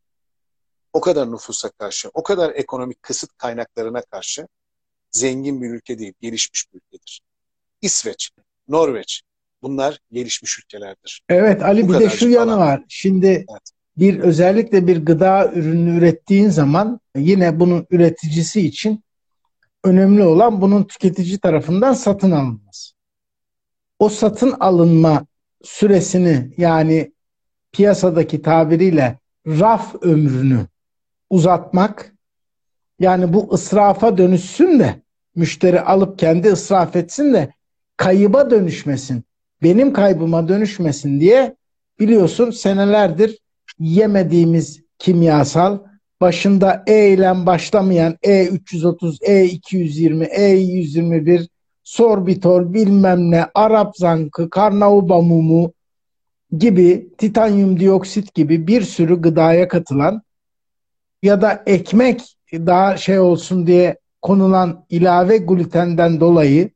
o kadar nüfusa karşı, o kadar ekonomik kısıt kaynaklarına karşı zengin bir ülke değil, gelişmiş bir ülkedir. İsveç, Norveç bunlar gelişmiş ülkelerdir. Evet Bu Ali bir de şu kadarcık yanı alanda. var. Şimdi Evet. bir özellikle bir gıda ürünü ürettiğin zaman yine bunun üreticisi için önemli olan bunun tüketici tarafından satın alınması. O satın alınma süresini yani piyasadaki tabiriyle raf ömrünü uzatmak yani bu ısrafa dönüşsün de müşteri alıp kendi ısraf etsin de kayıba dönüşmesin, benim kaybıma dönüşmesin diye biliyorsun senelerdir yemediğimiz kimyasal başında E ile başlamayan E üç yüz otuz, E iki yüz yirmi, E yüz yirmi bir, sorbitol bilmem ne, Arap zankı, karnauba mumu gibi titanyum dioksit gibi bir sürü gıdaya katılan ya da ekmek daha şey olsun diye konulan ilave glutenden dolayı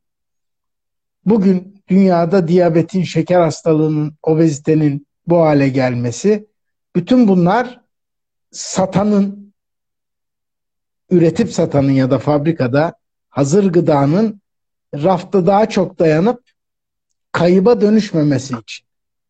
bugün dünyada diyabetin, şeker hastalığının, obezitenin bu hale gelmesi, bütün bunlar satanın, üretip satanın ya da fabrikada hazır gıdanın rafta daha çok dayanıp kayıba dönüşmemesi için.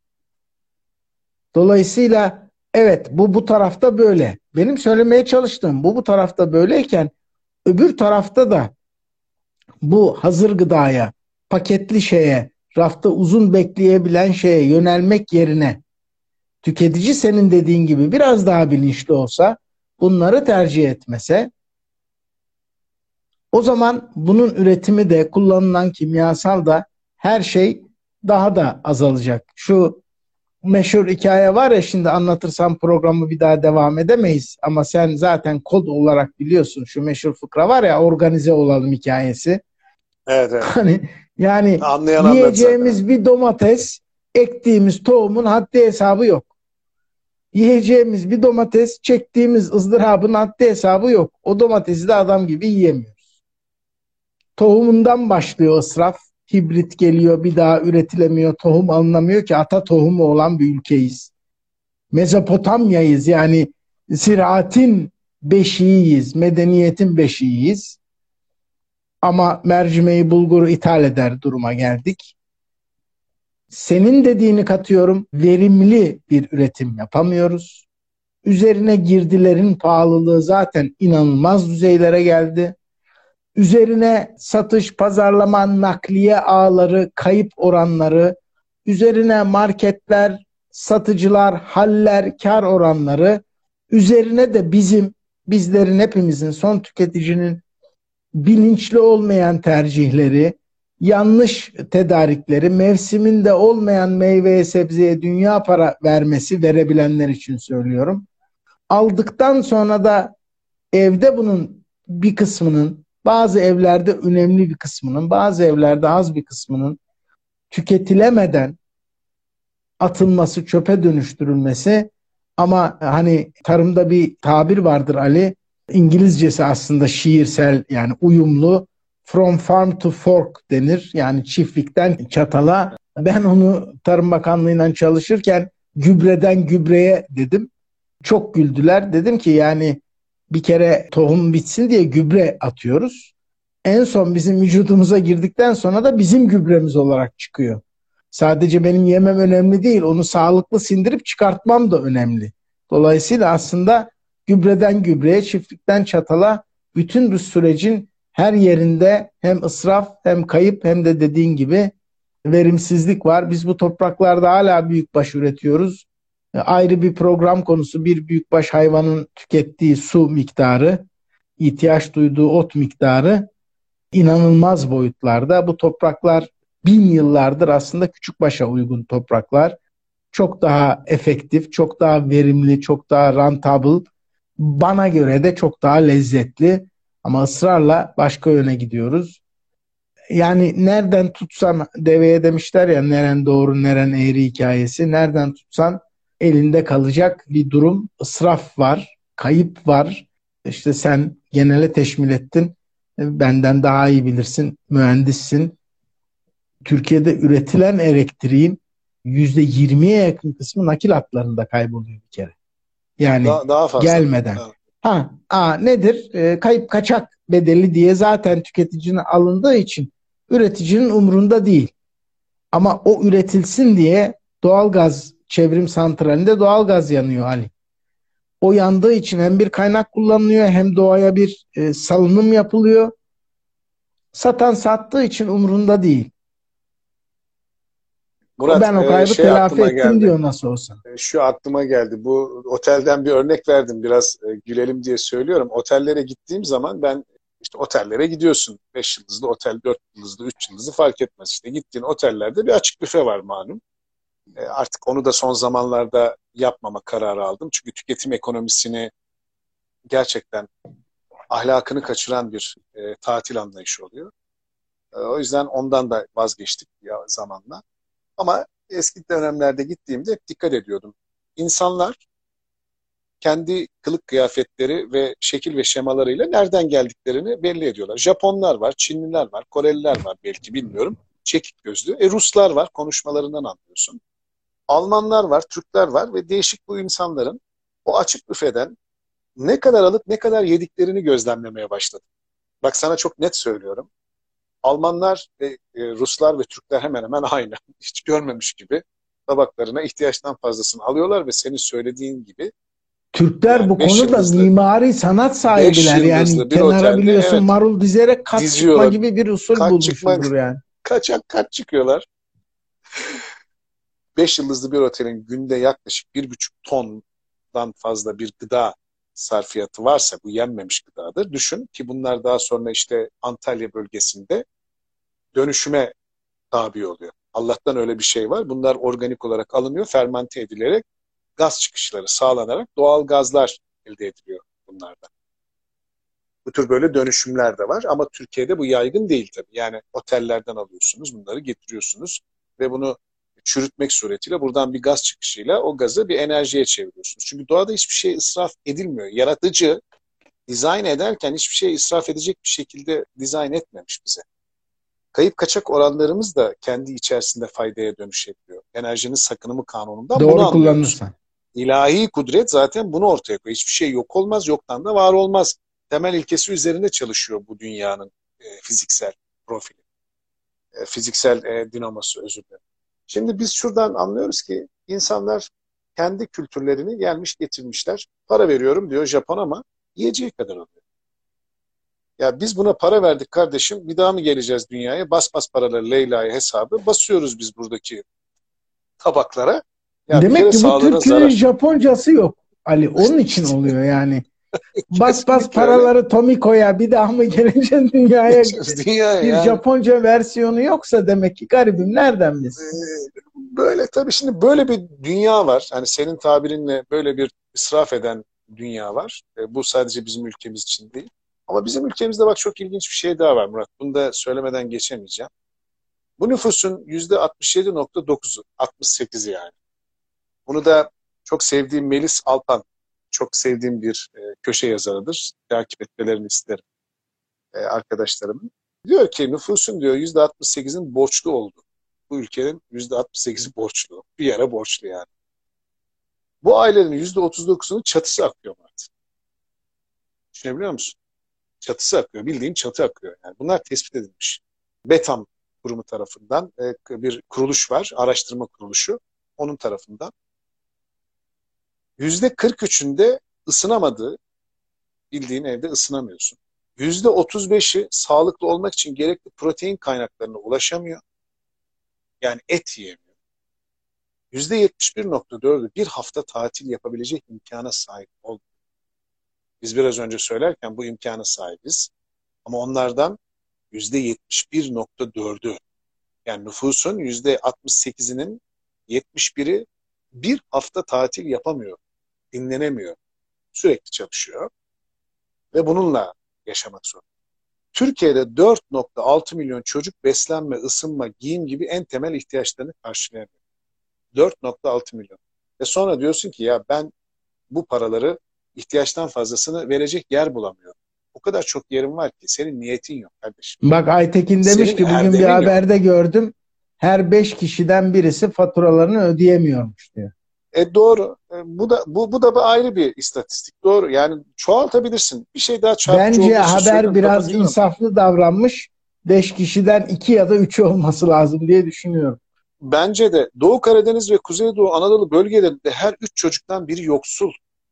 Dolayısıyla evet bu bu tarafta böyle. Benim söylemeye çalıştığım bu bu tarafta böyleyken öbür tarafta da bu hazır gıdaya, paketli şeye rafta uzun bekleyebilen şeye yönelmek yerine tüketici senin dediğin gibi biraz daha bilinçli olsa, bunları tercih etmese, o zaman bunun üretimi de, kullanılan kimyasal da, her şey daha da azalacak. Şu meşhur hikaye var ya, şimdi anlatırsam programı bir daha devam edemeyiz. Ama sen zaten kod olarak biliyorsun, şu meşhur fıkra var ya, organize olalım hikayesi. Evet, evet. Hani yani Anlayan yiyeceğimiz anlatsın. bir domates, ektiğimiz tohumun haddi hesabı yok. Yiyeceğimiz bir domates, çektiğimiz ızdırabın haddi hesabı yok. O domatesi de adam gibi yiyemiyoruz. Tohumundan başlıyor israf. Hibrit geliyor, bir daha üretilemiyor, tohum alınamıyor ki ata tohumu olan bir ülkeyiz. Mezopotamya'yız, yani ziraatin beşiğiyiz, medeniyetin beşiğiyiz. Ama mercimeği, bulguru ithal eder duruma geldik. Senin dediğini katıyorum, verimli bir üretim yapamıyoruz. Üzerine girdilerin pahalılığı zaten inanılmaz düzeylere geldi. Üzerine satış, pazarlama, nakliye ağları, kayıp oranları, üzerine marketler, satıcılar, haller, kar oranları, üzerine de bizim, bizlerin, hepimizin, son tüketicinin bilinçli olmayan tercihleri, yanlış tedarikleri, mevsiminde olmayan meyveye, sebzeye dünya para vermesi, verebilenler için söylüyorum. Aldıktan sonra da evde bunun bir kısmının, bazı evlerde önemli bir kısmının, bazı evlerde az bir kısmının tüketilemeden atılması, çöpe dönüştürülmesi. Ama hani tarımda bir tabir vardır Ali, İngilizcesi aslında şiirsel, yani uyumlu. From farm to fork denir. Yani çiftlikten çatala. Ben onu Tarım Bakanlığı'yla çalışırken gübreden gübreye dedim. Çok güldüler. Dedim ki yani bir kere tohum bitsin diye gübre atıyoruz. En son bizim vücudumuza girdikten sonra da bizim gübremiz olarak çıkıyor. Sadece benim yemem önemli değil, onu sağlıklı sindirip çıkartmam da önemli. Dolayısıyla aslında gübreden gübreye, çiftlikten çatala, bütün bu sürecin her yerinde hem israf, hem kayıp, hem de dediğin gibi verimsizlik var. Biz bu topraklarda hala büyükbaş üretiyoruz. Ayrı bir program konusu, bir büyükbaş hayvanın tükettiği su miktarı, ihtiyaç duyduğu ot miktarı inanılmaz boyutlarda. Bu topraklar bin yıllardır aslında küçükbaşa uygun topraklar. Çok daha efektif, çok daha verimli, çok daha rentable. Bana göre de çok daha lezzetli. Ama ısrarla başka yöne gidiyoruz. Yani nereden tutsan, deveye demişler ya, neren doğru neren eğri hikayesi. Nereden tutsan elinde kalacak bir durum. İsraf var, kayıp var. İşte sen genele teşmil ettin. Benden daha iyi bilirsin, mühendissin. Türkiye'de üretilen elektriğin yüzde yirmiye yakın kısmı nakil hatlarında kayboluyor bir kere. Yani Daha, daha fazla. gelmeden. Evet. Ha, a, nedir? E, kayıp kaçak bedeli diye zaten tüketicinin alındığı için üreticinin umrunda değil. Ama o üretilsin diye doğalgaz çevrim santralinde doğalgaz yanıyor Ali. O yandığı için hem bir kaynak kullanılıyor, hem doğaya bir e, salınım yapılıyor. Satan sattığı için umrunda değil. O Murat, ben o e, kaybı şey telafi aklıma ettim geldi. diyor nasıl olsa. E, Şu aklıma geldi. Bu otelden bir örnek verdim. Biraz e, gülelim diye söylüyorum. Otellere gittiğim zaman ben işte otellere gidiyorsun. Beş yıldızlı otel, dört yıldızlı, üç yıldızlı fark etmez. İşte gittiğin otellerde bir açık büfe var malum. E, artık onu da son zamanlarda yapmama kararı aldım. Çünkü tüketim ekonomisini gerçekten ahlakını kaçıran bir e, tatil anlayışı oluyor. E, o yüzden ondan da vazgeçtik ya zamanla. Ama eski dönemlerde gittiğimde hep dikkat ediyordum. İnsanlar kendi kılık kıyafetleri ve şekil ve şemalarıyla nereden geldiklerini belli ediyorlar. Japonlar var, Çinliler var, Koreliler var, belki bilmiyorum. Çekik gözlü. E Ruslar var, konuşmalarından anlıyorsun. Almanlar var, Türkler var ve değişik bu insanların o açık büfeden ne kadar alıp ne kadar yediklerini gözlemlemeye başladım. Bak sana çok net söylüyorum. Almanlar ve e, Ruslar ve Türkler hemen hemen aynı. Hiç görmemiş gibi tabaklarına ihtiyaçtan fazlasını alıyorlar ve senin söylediğin gibi Türkler yani bu beş konuda yıldızlı mimari sanat beş sahibiler. Yani yıldızlı bir kenara otelde biliyorsun evet marul dizerek kat çıkma diziyorlar. gibi bir usul Kat çıkma bulmuşuzdur yani. kaçak kat çıkıyorlar. beş yıldızlı bir otelin günde yaklaşık bir buçuk tondan fazla bir gıda sarfiyatı varsa, bu yenmemiş gıdadır. Düşün ki bunlar daha sonra işte Antalya bölgesinde dönüşüme tabi oluyor. Allah'tan öyle bir şey var. Bunlar organik olarak alınıyor, fermente edilerek gaz çıkışları sağlanarak doğal gazlar elde ediliyor bunlardan. Bu tür böyle dönüşümler de var ama Türkiye'de bu yaygın değil tabii. Yani otellerden alıyorsunuz, bunları getiriyorsunuz ve bunu çürütmek suretiyle buradan bir gaz çıkışıyla o gazı bir enerjiye çeviriyorsunuz. Çünkü doğada hiçbir şey israf edilmiyor. Yaratıcı dizayn ederken hiçbir şey israf edecek bir şekilde dizayn etmemiş bize. Kayıp kaçak oranlarımız da kendi içerisinde faydaya dönüşebiliyor. Enerjinin sakınımı kanunundan bunu Doğru anlıyoruz. kullanırsan. İlahi kudret zaten bunu ortaya koyuyor. Hiçbir şey yok olmaz, yoktan da var olmaz. Temel ilkesi üzerinde çalışıyor bu dünyanın e, fiziksel profili, e, fiziksel e, dinamosu, özür dilerim. Şimdi biz şuradan anlıyoruz ki insanlar kendi kültürlerini gelmiş getirmişler. Para veriyorum diyor Japon ama yiyeceği kadar alıyor. Ya biz buna para verdik kardeşim, bir daha mı geleceğiz dünyaya? Bas bas paraları, Leyla'ya hesabı basıyoruz biz buradaki tabaklara. Ya bir Demek kere ki bu sağlığına türkünün zarar. Japoncası yok Ali. Onun için oluyor yani. Bas bas Kesinlikle öyle. paraları Tomiko'ya, bir daha mı geleceksin dünyaya? Dünya Bir yani. Japonca versiyonu yoksa demek ki garibim, nereden Ee, biz? böyle tabii şimdi böyle bir dünya var. Hani senin tabirinle böyle bir israf eden dünya var. Ee, bu sadece bizim ülkemiz için değil. Ama bizim ülkemizde bak çok ilginç bir şey daha var Murat. Bunu da söylemeden geçemeyeceğim. Bu nüfusun yüzde altmış yedi nokta dokuzu, altmış sekizi yani. Bunu da çok sevdiğim Melis Alpan, çok sevdiğim bir e, köşe yazarıdır. Takip etmelerini isterim e, arkadaşlarımın. Diyor ki nüfusun diyor yüzde altmış sekizin borçlu oldu. Bu ülkenin yüzde altmış sekizi borçlu. Bir yere borçlu yani. Bu ailenin yüzde otuz dokuzunun çatısı akıyor artık. Düşünebiliyor musun? Çatısı akıyor. Bildiğin çatı akıyor. Yani bunlar tespit edilmiş. BETAM kurumu tarafından e, bir kuruluş var. Araştırma kuruluşu. Onun tarafından. yüzde kırk üçünde ısınamadığı, bildiğin evde ısınamıyorsun. yüzde otuz beşi sağlıklı olmak için gerekli protein kaynaklarına ulaşamıyor. Yani et yiyemiyor. yüzde yetmiş bir nokta dördü bir hafta tatil yapabilecek imkana sahip oldu. Biz biraz önce söylerken bu imkana sahibiz. Ama onlardan yüzde yetmiş bir nokta dördü, yani nüfusun yüzde altmış sekizinin yetmiş biri bir hafta tatil yapamıyor, dinlenemiyor, sürekli çalışıyor ve bununla yaşamak zorunda. Türkiye'de dört nokta altı milyon çocuk beslenme, ısınma, giyim gibi en temel ihtiyaçlarını karşılayamıyor. dört nokta altı milyon. Ve sonra diyorsun ki ya ben bu paraları, ihtiyaçtan fazlasını verecek yer bulamıyorum. O kadar çok yerim var ki senin niyetin yok kardeşim. Bak Aytekin demiş Senin ki bugün bir erdemin yok. haberde gördüm. Her beş kişiden birisi faturalarını ödeyemiyormuş diyor. E doğru. E, bu da bu bu da bir ayrı bir istatistik. Doğru. Yani çoğaltabilirsin. Bir şey daha çarpıcı Bence olduğu için haber söylüyorum. biraz Kapatıyorum. insaflı davranmış. Beş kişiden iki ya da üçü olması lazım diye düşünüyorum. Bence de Doğu Karadeniz ve Kuzeydoğu Anadolu bölgelerinde her üç çocuktan biri yoksul.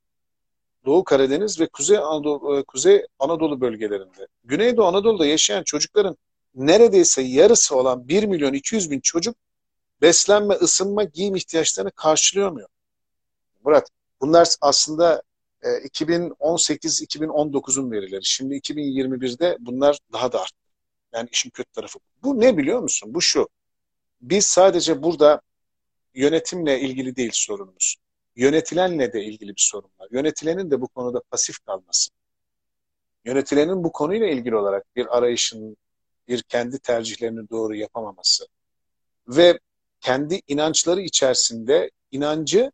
Doğu Karadeniz ve Kuzey Anadolu, e, Kuzey Anadolu bölgelerinde. Güneydoğu Anadolu'da yaşayan çocukların neredeyse yarısı olan bir milyon iki yüz bin çocuk beslenme, ısınma, giyim ihtiyaçlarını karşılayamıyor. Murat, bunlar aslında e, iki bin on sekiz iki bin on dokuzun verileri. Şimdi iki bin yirmi birde bunlar daha da arttı. Yani işin kötü tarafı. Bu ne biliyor musun? Bu şu. Biz sadece burada yönetimle ilgili değil sorunumuz. Yönetilenle de ilgili bir sorun var. Yönetilenin de bu konuda pasif kalması. Yönetilenin bu konuyla ilgili olarak bir arayışın, bir kendi tercihlerini doğru yapamaması ve kendi inançları içerisinde inancı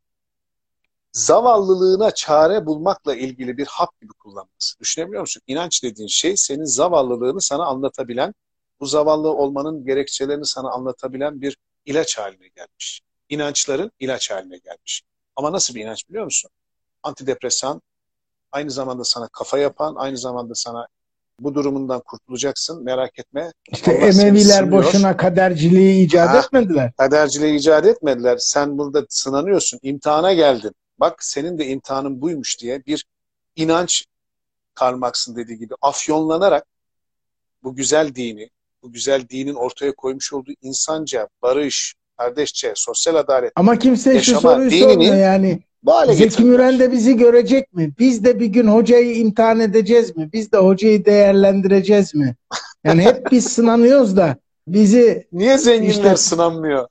zavallılığına çare bulmakla ilgili bir hap gibi kullanması. Düşünebiliyor musun? İnanç dediğin şey senin zavallılığını sana anlatabilen, bu zavallı olmanın gerekçelerini sana anlatabilen bir ilaç haline gelmiş. İnançların ilaç haline gelmiş. Ama nasıl bir inanç biliyor musun? Antidepresan, aynı zamanda sana kafa yapan, aynı zamanda sana bu durumundan kurtulacaksın, merak etme. İşte Allah seni Emeviler sınıyor. boşuna kaderciliği icat Ha, etmediler. kaderciliği icat etmediler. Sen burada sınanıyorsun, imtihana geldin. Bak senin de imtihanın buymuş diye bir inanç, Karl Marx'ın dediği gibi afyonlanarak bu güzel dini, bu güzel dinin ortaya koymuş olduğu insanca barış, kardeşçe, sosyal adalet, Ama kimse şu yaşama soruyu sormuyor dinini yani. bu hale Zeki Müren getirdiler. de bizi görecek mi? Biz de bir gün hocayı imtihan edeceğiz mi? Biz de hocayı değerlendireceğiz mi? Yani hep biz sınanıyoruz da bizi Niye zenginler işte sınanmıyor?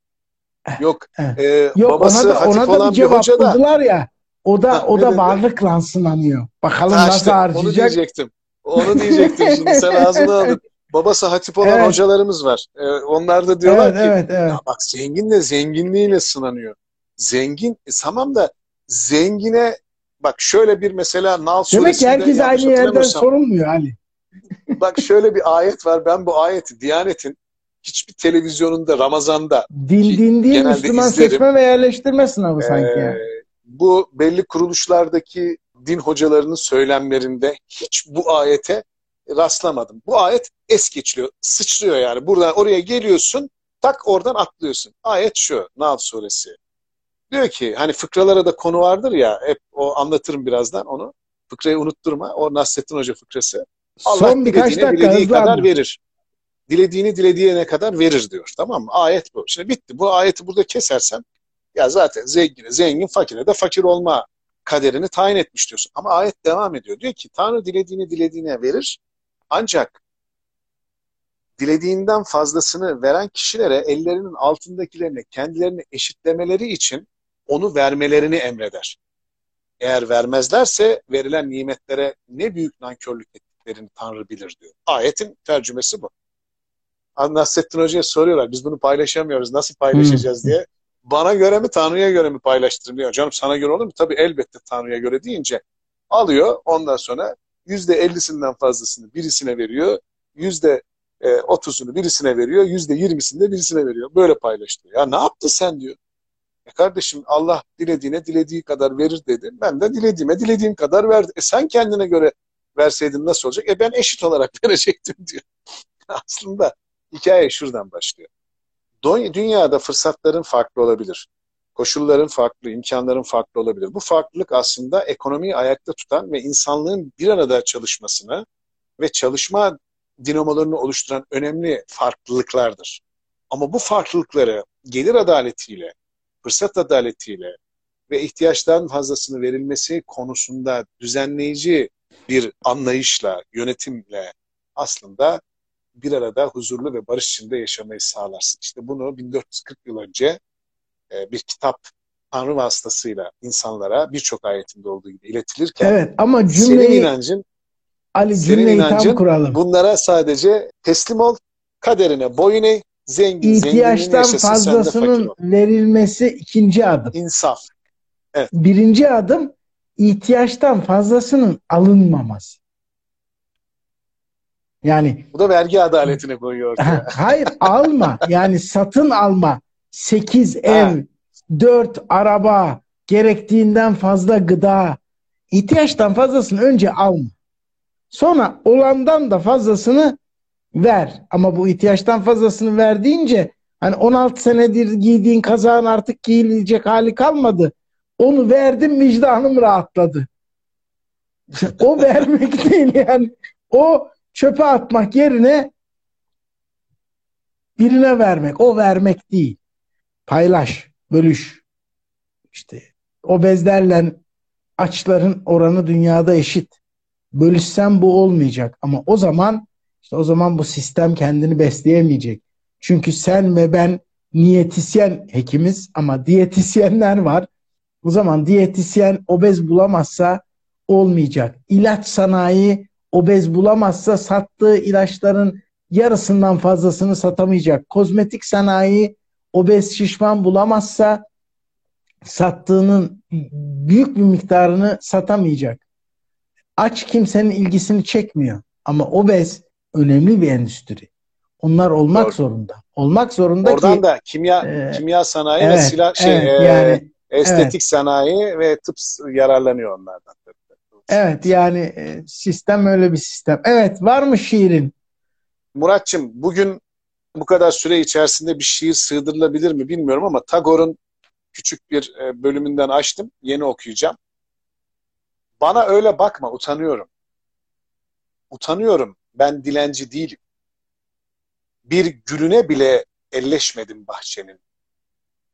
Yok, eh, e, yok, ona babası da hatip ona da bir olan bir cevap hoca da, buldular ya. O da ha, o ne da dedi? varlıkla sınanıyor. Bakalım Ha nasıl işte onu harcayacak? diyecektim. Onu diyecektim, şimdi sen ağzını aldın. Babası hatip olan Evet, hocalarımız var. E, onlar da evet, diyorlar ki evet, ya evet. bak, zengin de zenginliğiyle sınanıyor. Zengin, e, tamam da zengine bak, şöyle bir mesela Nal Demek ki suresinde, herkes aynı yanlış yerden hatırlamıyorsam, sorulmuyor Ali. bak şöyle bir ayet var. Ben bu ayeti Diyanet'in hiçbir televizyonunda Ramazan'da, Din ki din değil, genelde Müslüman izlerim, seçme ve yerleştirme sınavı e, sanki ya. bu belli kuruluşlardaki din hocalarının söylemlerinde hiç bu ayete rastlamadım. Bu ayet es geçiliyor, sıçrıyor yani. Buradan oraya geliyorsun, tak oradan atlıyorsun. Ayet şu, Nahl suresi. Diyor ki, hani fıkralara da konu vardır ya, hep o, anlatırım birazdan onu. Fıkrayı unutturma. O Nasrettin Hoca fıkrası. Allah Son birkaç dilediğine dakika dilediği hızlı kadar anlat. verir. Dilediğini dilediğine kadar verir diyor. Tamam mı? Ayet bu. Şimdi bitti. Bu ayeti burada kesersen, ya zaten zengine zengin, fakire de fakir olma kaderini tayin etmiş diyorsun. Ama ayet devam ediyor. Diyor ki Tanrı dilediğini dilediğine verir. Ancak dilediğinden fazlasını veren kişilere ellerinin altındakilerini kendilerini eşitlemeleri için onu vermelerini emreder. Eğer vermezlerse verilen nimetlere ne büyük nankörlük ettiklerini Tanrı bilir diyor. Ayetin tercümesi bu. Nasrettin Hoca'ya soruyorlar, biz bunu paylaşamıyoruz, nasıl Hmm. paylaşacağız diye. Bana göre mi, Tanrı'ya göre mi paylaştırın diyor. Canım sana göre olur mu? Tabii elbette Tanrı'ya göre deyince alıyor, ondan sonra yüzde ellisinden fazlasını birisine veriyor, yüzde otuzunu birisine veriyor, yüzde yirmisini de birisine veriyor. Böyle paylaştırıyor. Ya ne yaptın sen diyor. E kardeşim, Allah dilediğine dilediği kadar verir dedi. Ben de dilediğime dilediğim kadar verdim. E sen kendine göre verseydin nasıl olacak? E ben eşit olarak verecektim diyor. Aslında hikaye şuradan başlıyor. Dünyada fırsatların farklı olabilir. Koşulların farklı, imkanların farklı olabilir. Bu farklılık aslında ekonomiyi ayakta tutan ve insanlığın bir arada çalışmasını ve çalışma dinamolarını oluşturan önemli farklılıklardır. Ama bu farklılıkları gelir adaletiyle, fırsat adaletiyle ve ihtiyaçların fazlasını verilmesi konusunda düzenleyici bir anlayışla, yönetimle aslında bir arada huzurlu ve barış içinde yaşamayı sağlarsın. İşte bunu bin dört yüz kırk yıl önce e, bir kitap Tanrı vasıtasıyla insanlara birçok ayetinde olduğu gibi iletilirken Evet, ama senin cümleyi inancın Ali senin cümleyi tam inancın kuralım. bunlara sadece teslim ol, kaderine boyun eğ, zengin zenginliğini İhtiyaçtan yaşasın, sen de fakir fazlasının ol. verilmesi ikinci adım. İnsaf. Evet. Birinci adım ihtiyaçtan fazlasının alınmaması. Yani Bu da vergi adaletini koyuyor ortaya. hayır, alma, yani satın alma. Sekiz Ha, ev, dört araba, gerektiğinden fazla gıda. İhtiyaçtan fazlasını önce alma. Sonra olandan da fazlasını ver. Ama bu ihtiyaçtan fazlasını ver deyince hani on altı senedir giydiğin kazağın artık giyilecek hali kalmadı. Onu verdim, vicdanım rahatladı. O vermek değil yani. O çöpe atmak yerine birine vermek. O vermek değil. Paylaş, bölüş. İşte obezlerle açların oranı dünyada eşit. Bölüşsem bu olmayacak. Ama o zaman işte o zaman bu sistem kendini besleyemeyecek. Çünkü sen ve ben niyetisyen hekimiz ama diyetisyenler var. O zaman diyetisyen obez bulamazsa olmayacak. İlaç sanayi obez bulamazsa sattığı ilaçların yarısından fazlasını satamayacak. Kozmetik sanayi obez şişman bulamazsa sattığının büyük bir miktarını satamayacak. Aç kimsenin ilgisini çekmiyor. Ama obez önemli bir endüstri. Onlar olmak doğru. zorunda. Olmak zorunda Oradan ki da kimya e, kimya sanayi ve evet, silah şey evet, e, yani evet, estetik sanayi ve tıp yararlanıyor onlardan. evet, yani e, sistem öyle bir sistem. Evet, var mı şiirin? Muratçım, bugün bu kadar süre içerisinde bir şiir sığdırılabilir mi bilmiyorum ama Tagore'un küçük bir e, bölümünden açtım. Yeni okuyacağım. Bana öyle bakma, utanıyorum. Utanıyorum, ben dilenci değilim. Bir gülüne bile elleşmedim bahçenin.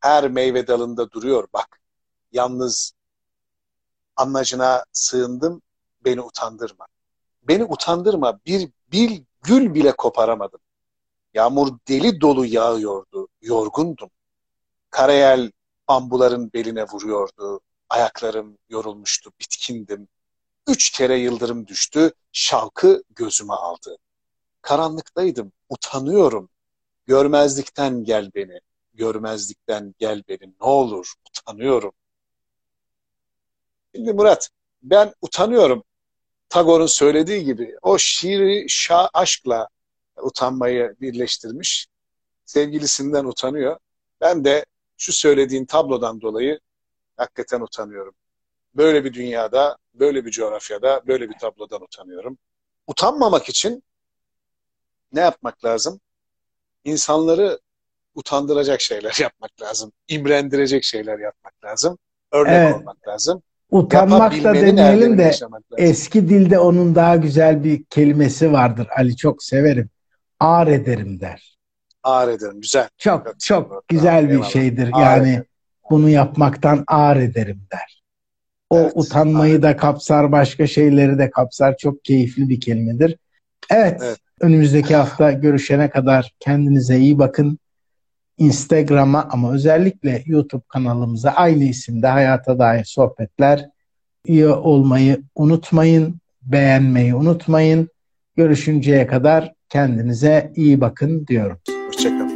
her meyve dalında duruyor. Bak, yalnız amacına sığındım, beni utandırma. Beni utandırma, bir, bir gül bile koparamadım. Yağmur deli dolu yağıyordu, yorgundum. Karayel ambuların beline vuruyordu. Ayaklarım yorulmuştu, bitkindim. Üç kere yıldırım düştü, şavkı gözüme aldı. Karanlıktaydım, utanıyorum. Görmezlikten gel beni, görmezlikten gel beni, ne olur, utanıyorum. Şimdi Murat, ben utanıyorum. Tagore'un söylediği gibi o şiiri şa aşkla utanmayı birleştirmiş. Sevgilisinden utanıyor. Ben de şu söylediğin tablodan dolayı hakikaten utanıyorum. Böyle bir dünyada, böyle bir coğrafyada, böyle bir tablodan utanıyorum. Utanmamak için ne yapmak lazım? İnsanları utandıracak şeyler yapmak lazım. İmrendirecek şeyler yapmak lazım. Örnek Evet, olmak lazım. utanmak da Yapabilmenin demeyelim erdemini de yaşamak lazım. eski dilde onun daha güzel bir kelimesi vardır. Ali, çok severim. Ağır ederim der. Ağır ederim. Güzel. Çok Katılıyorum. çok Bravo. güzel bir Eyvallah. şeydir. Ağır Yani ederim. bunu yapmaktan ağır ederim der. O Evet. Ağır utanmayı da ederim. kapsar, başka şeyleri de kapsar. Çok keyifli bir kelimedir. Evet, Evet. önümüzdeki hafta görüşene kadar kendinize iyi bakın. Instagram'a ama özellikle YouTube kanalımıza aynı isimde Hayata Dair Sohbetler üye olmayı unutmayın, beğenmeyi unutmayın. Görüşünceye kadar kendinize iyi bakın diyorum. Hoşçakalın.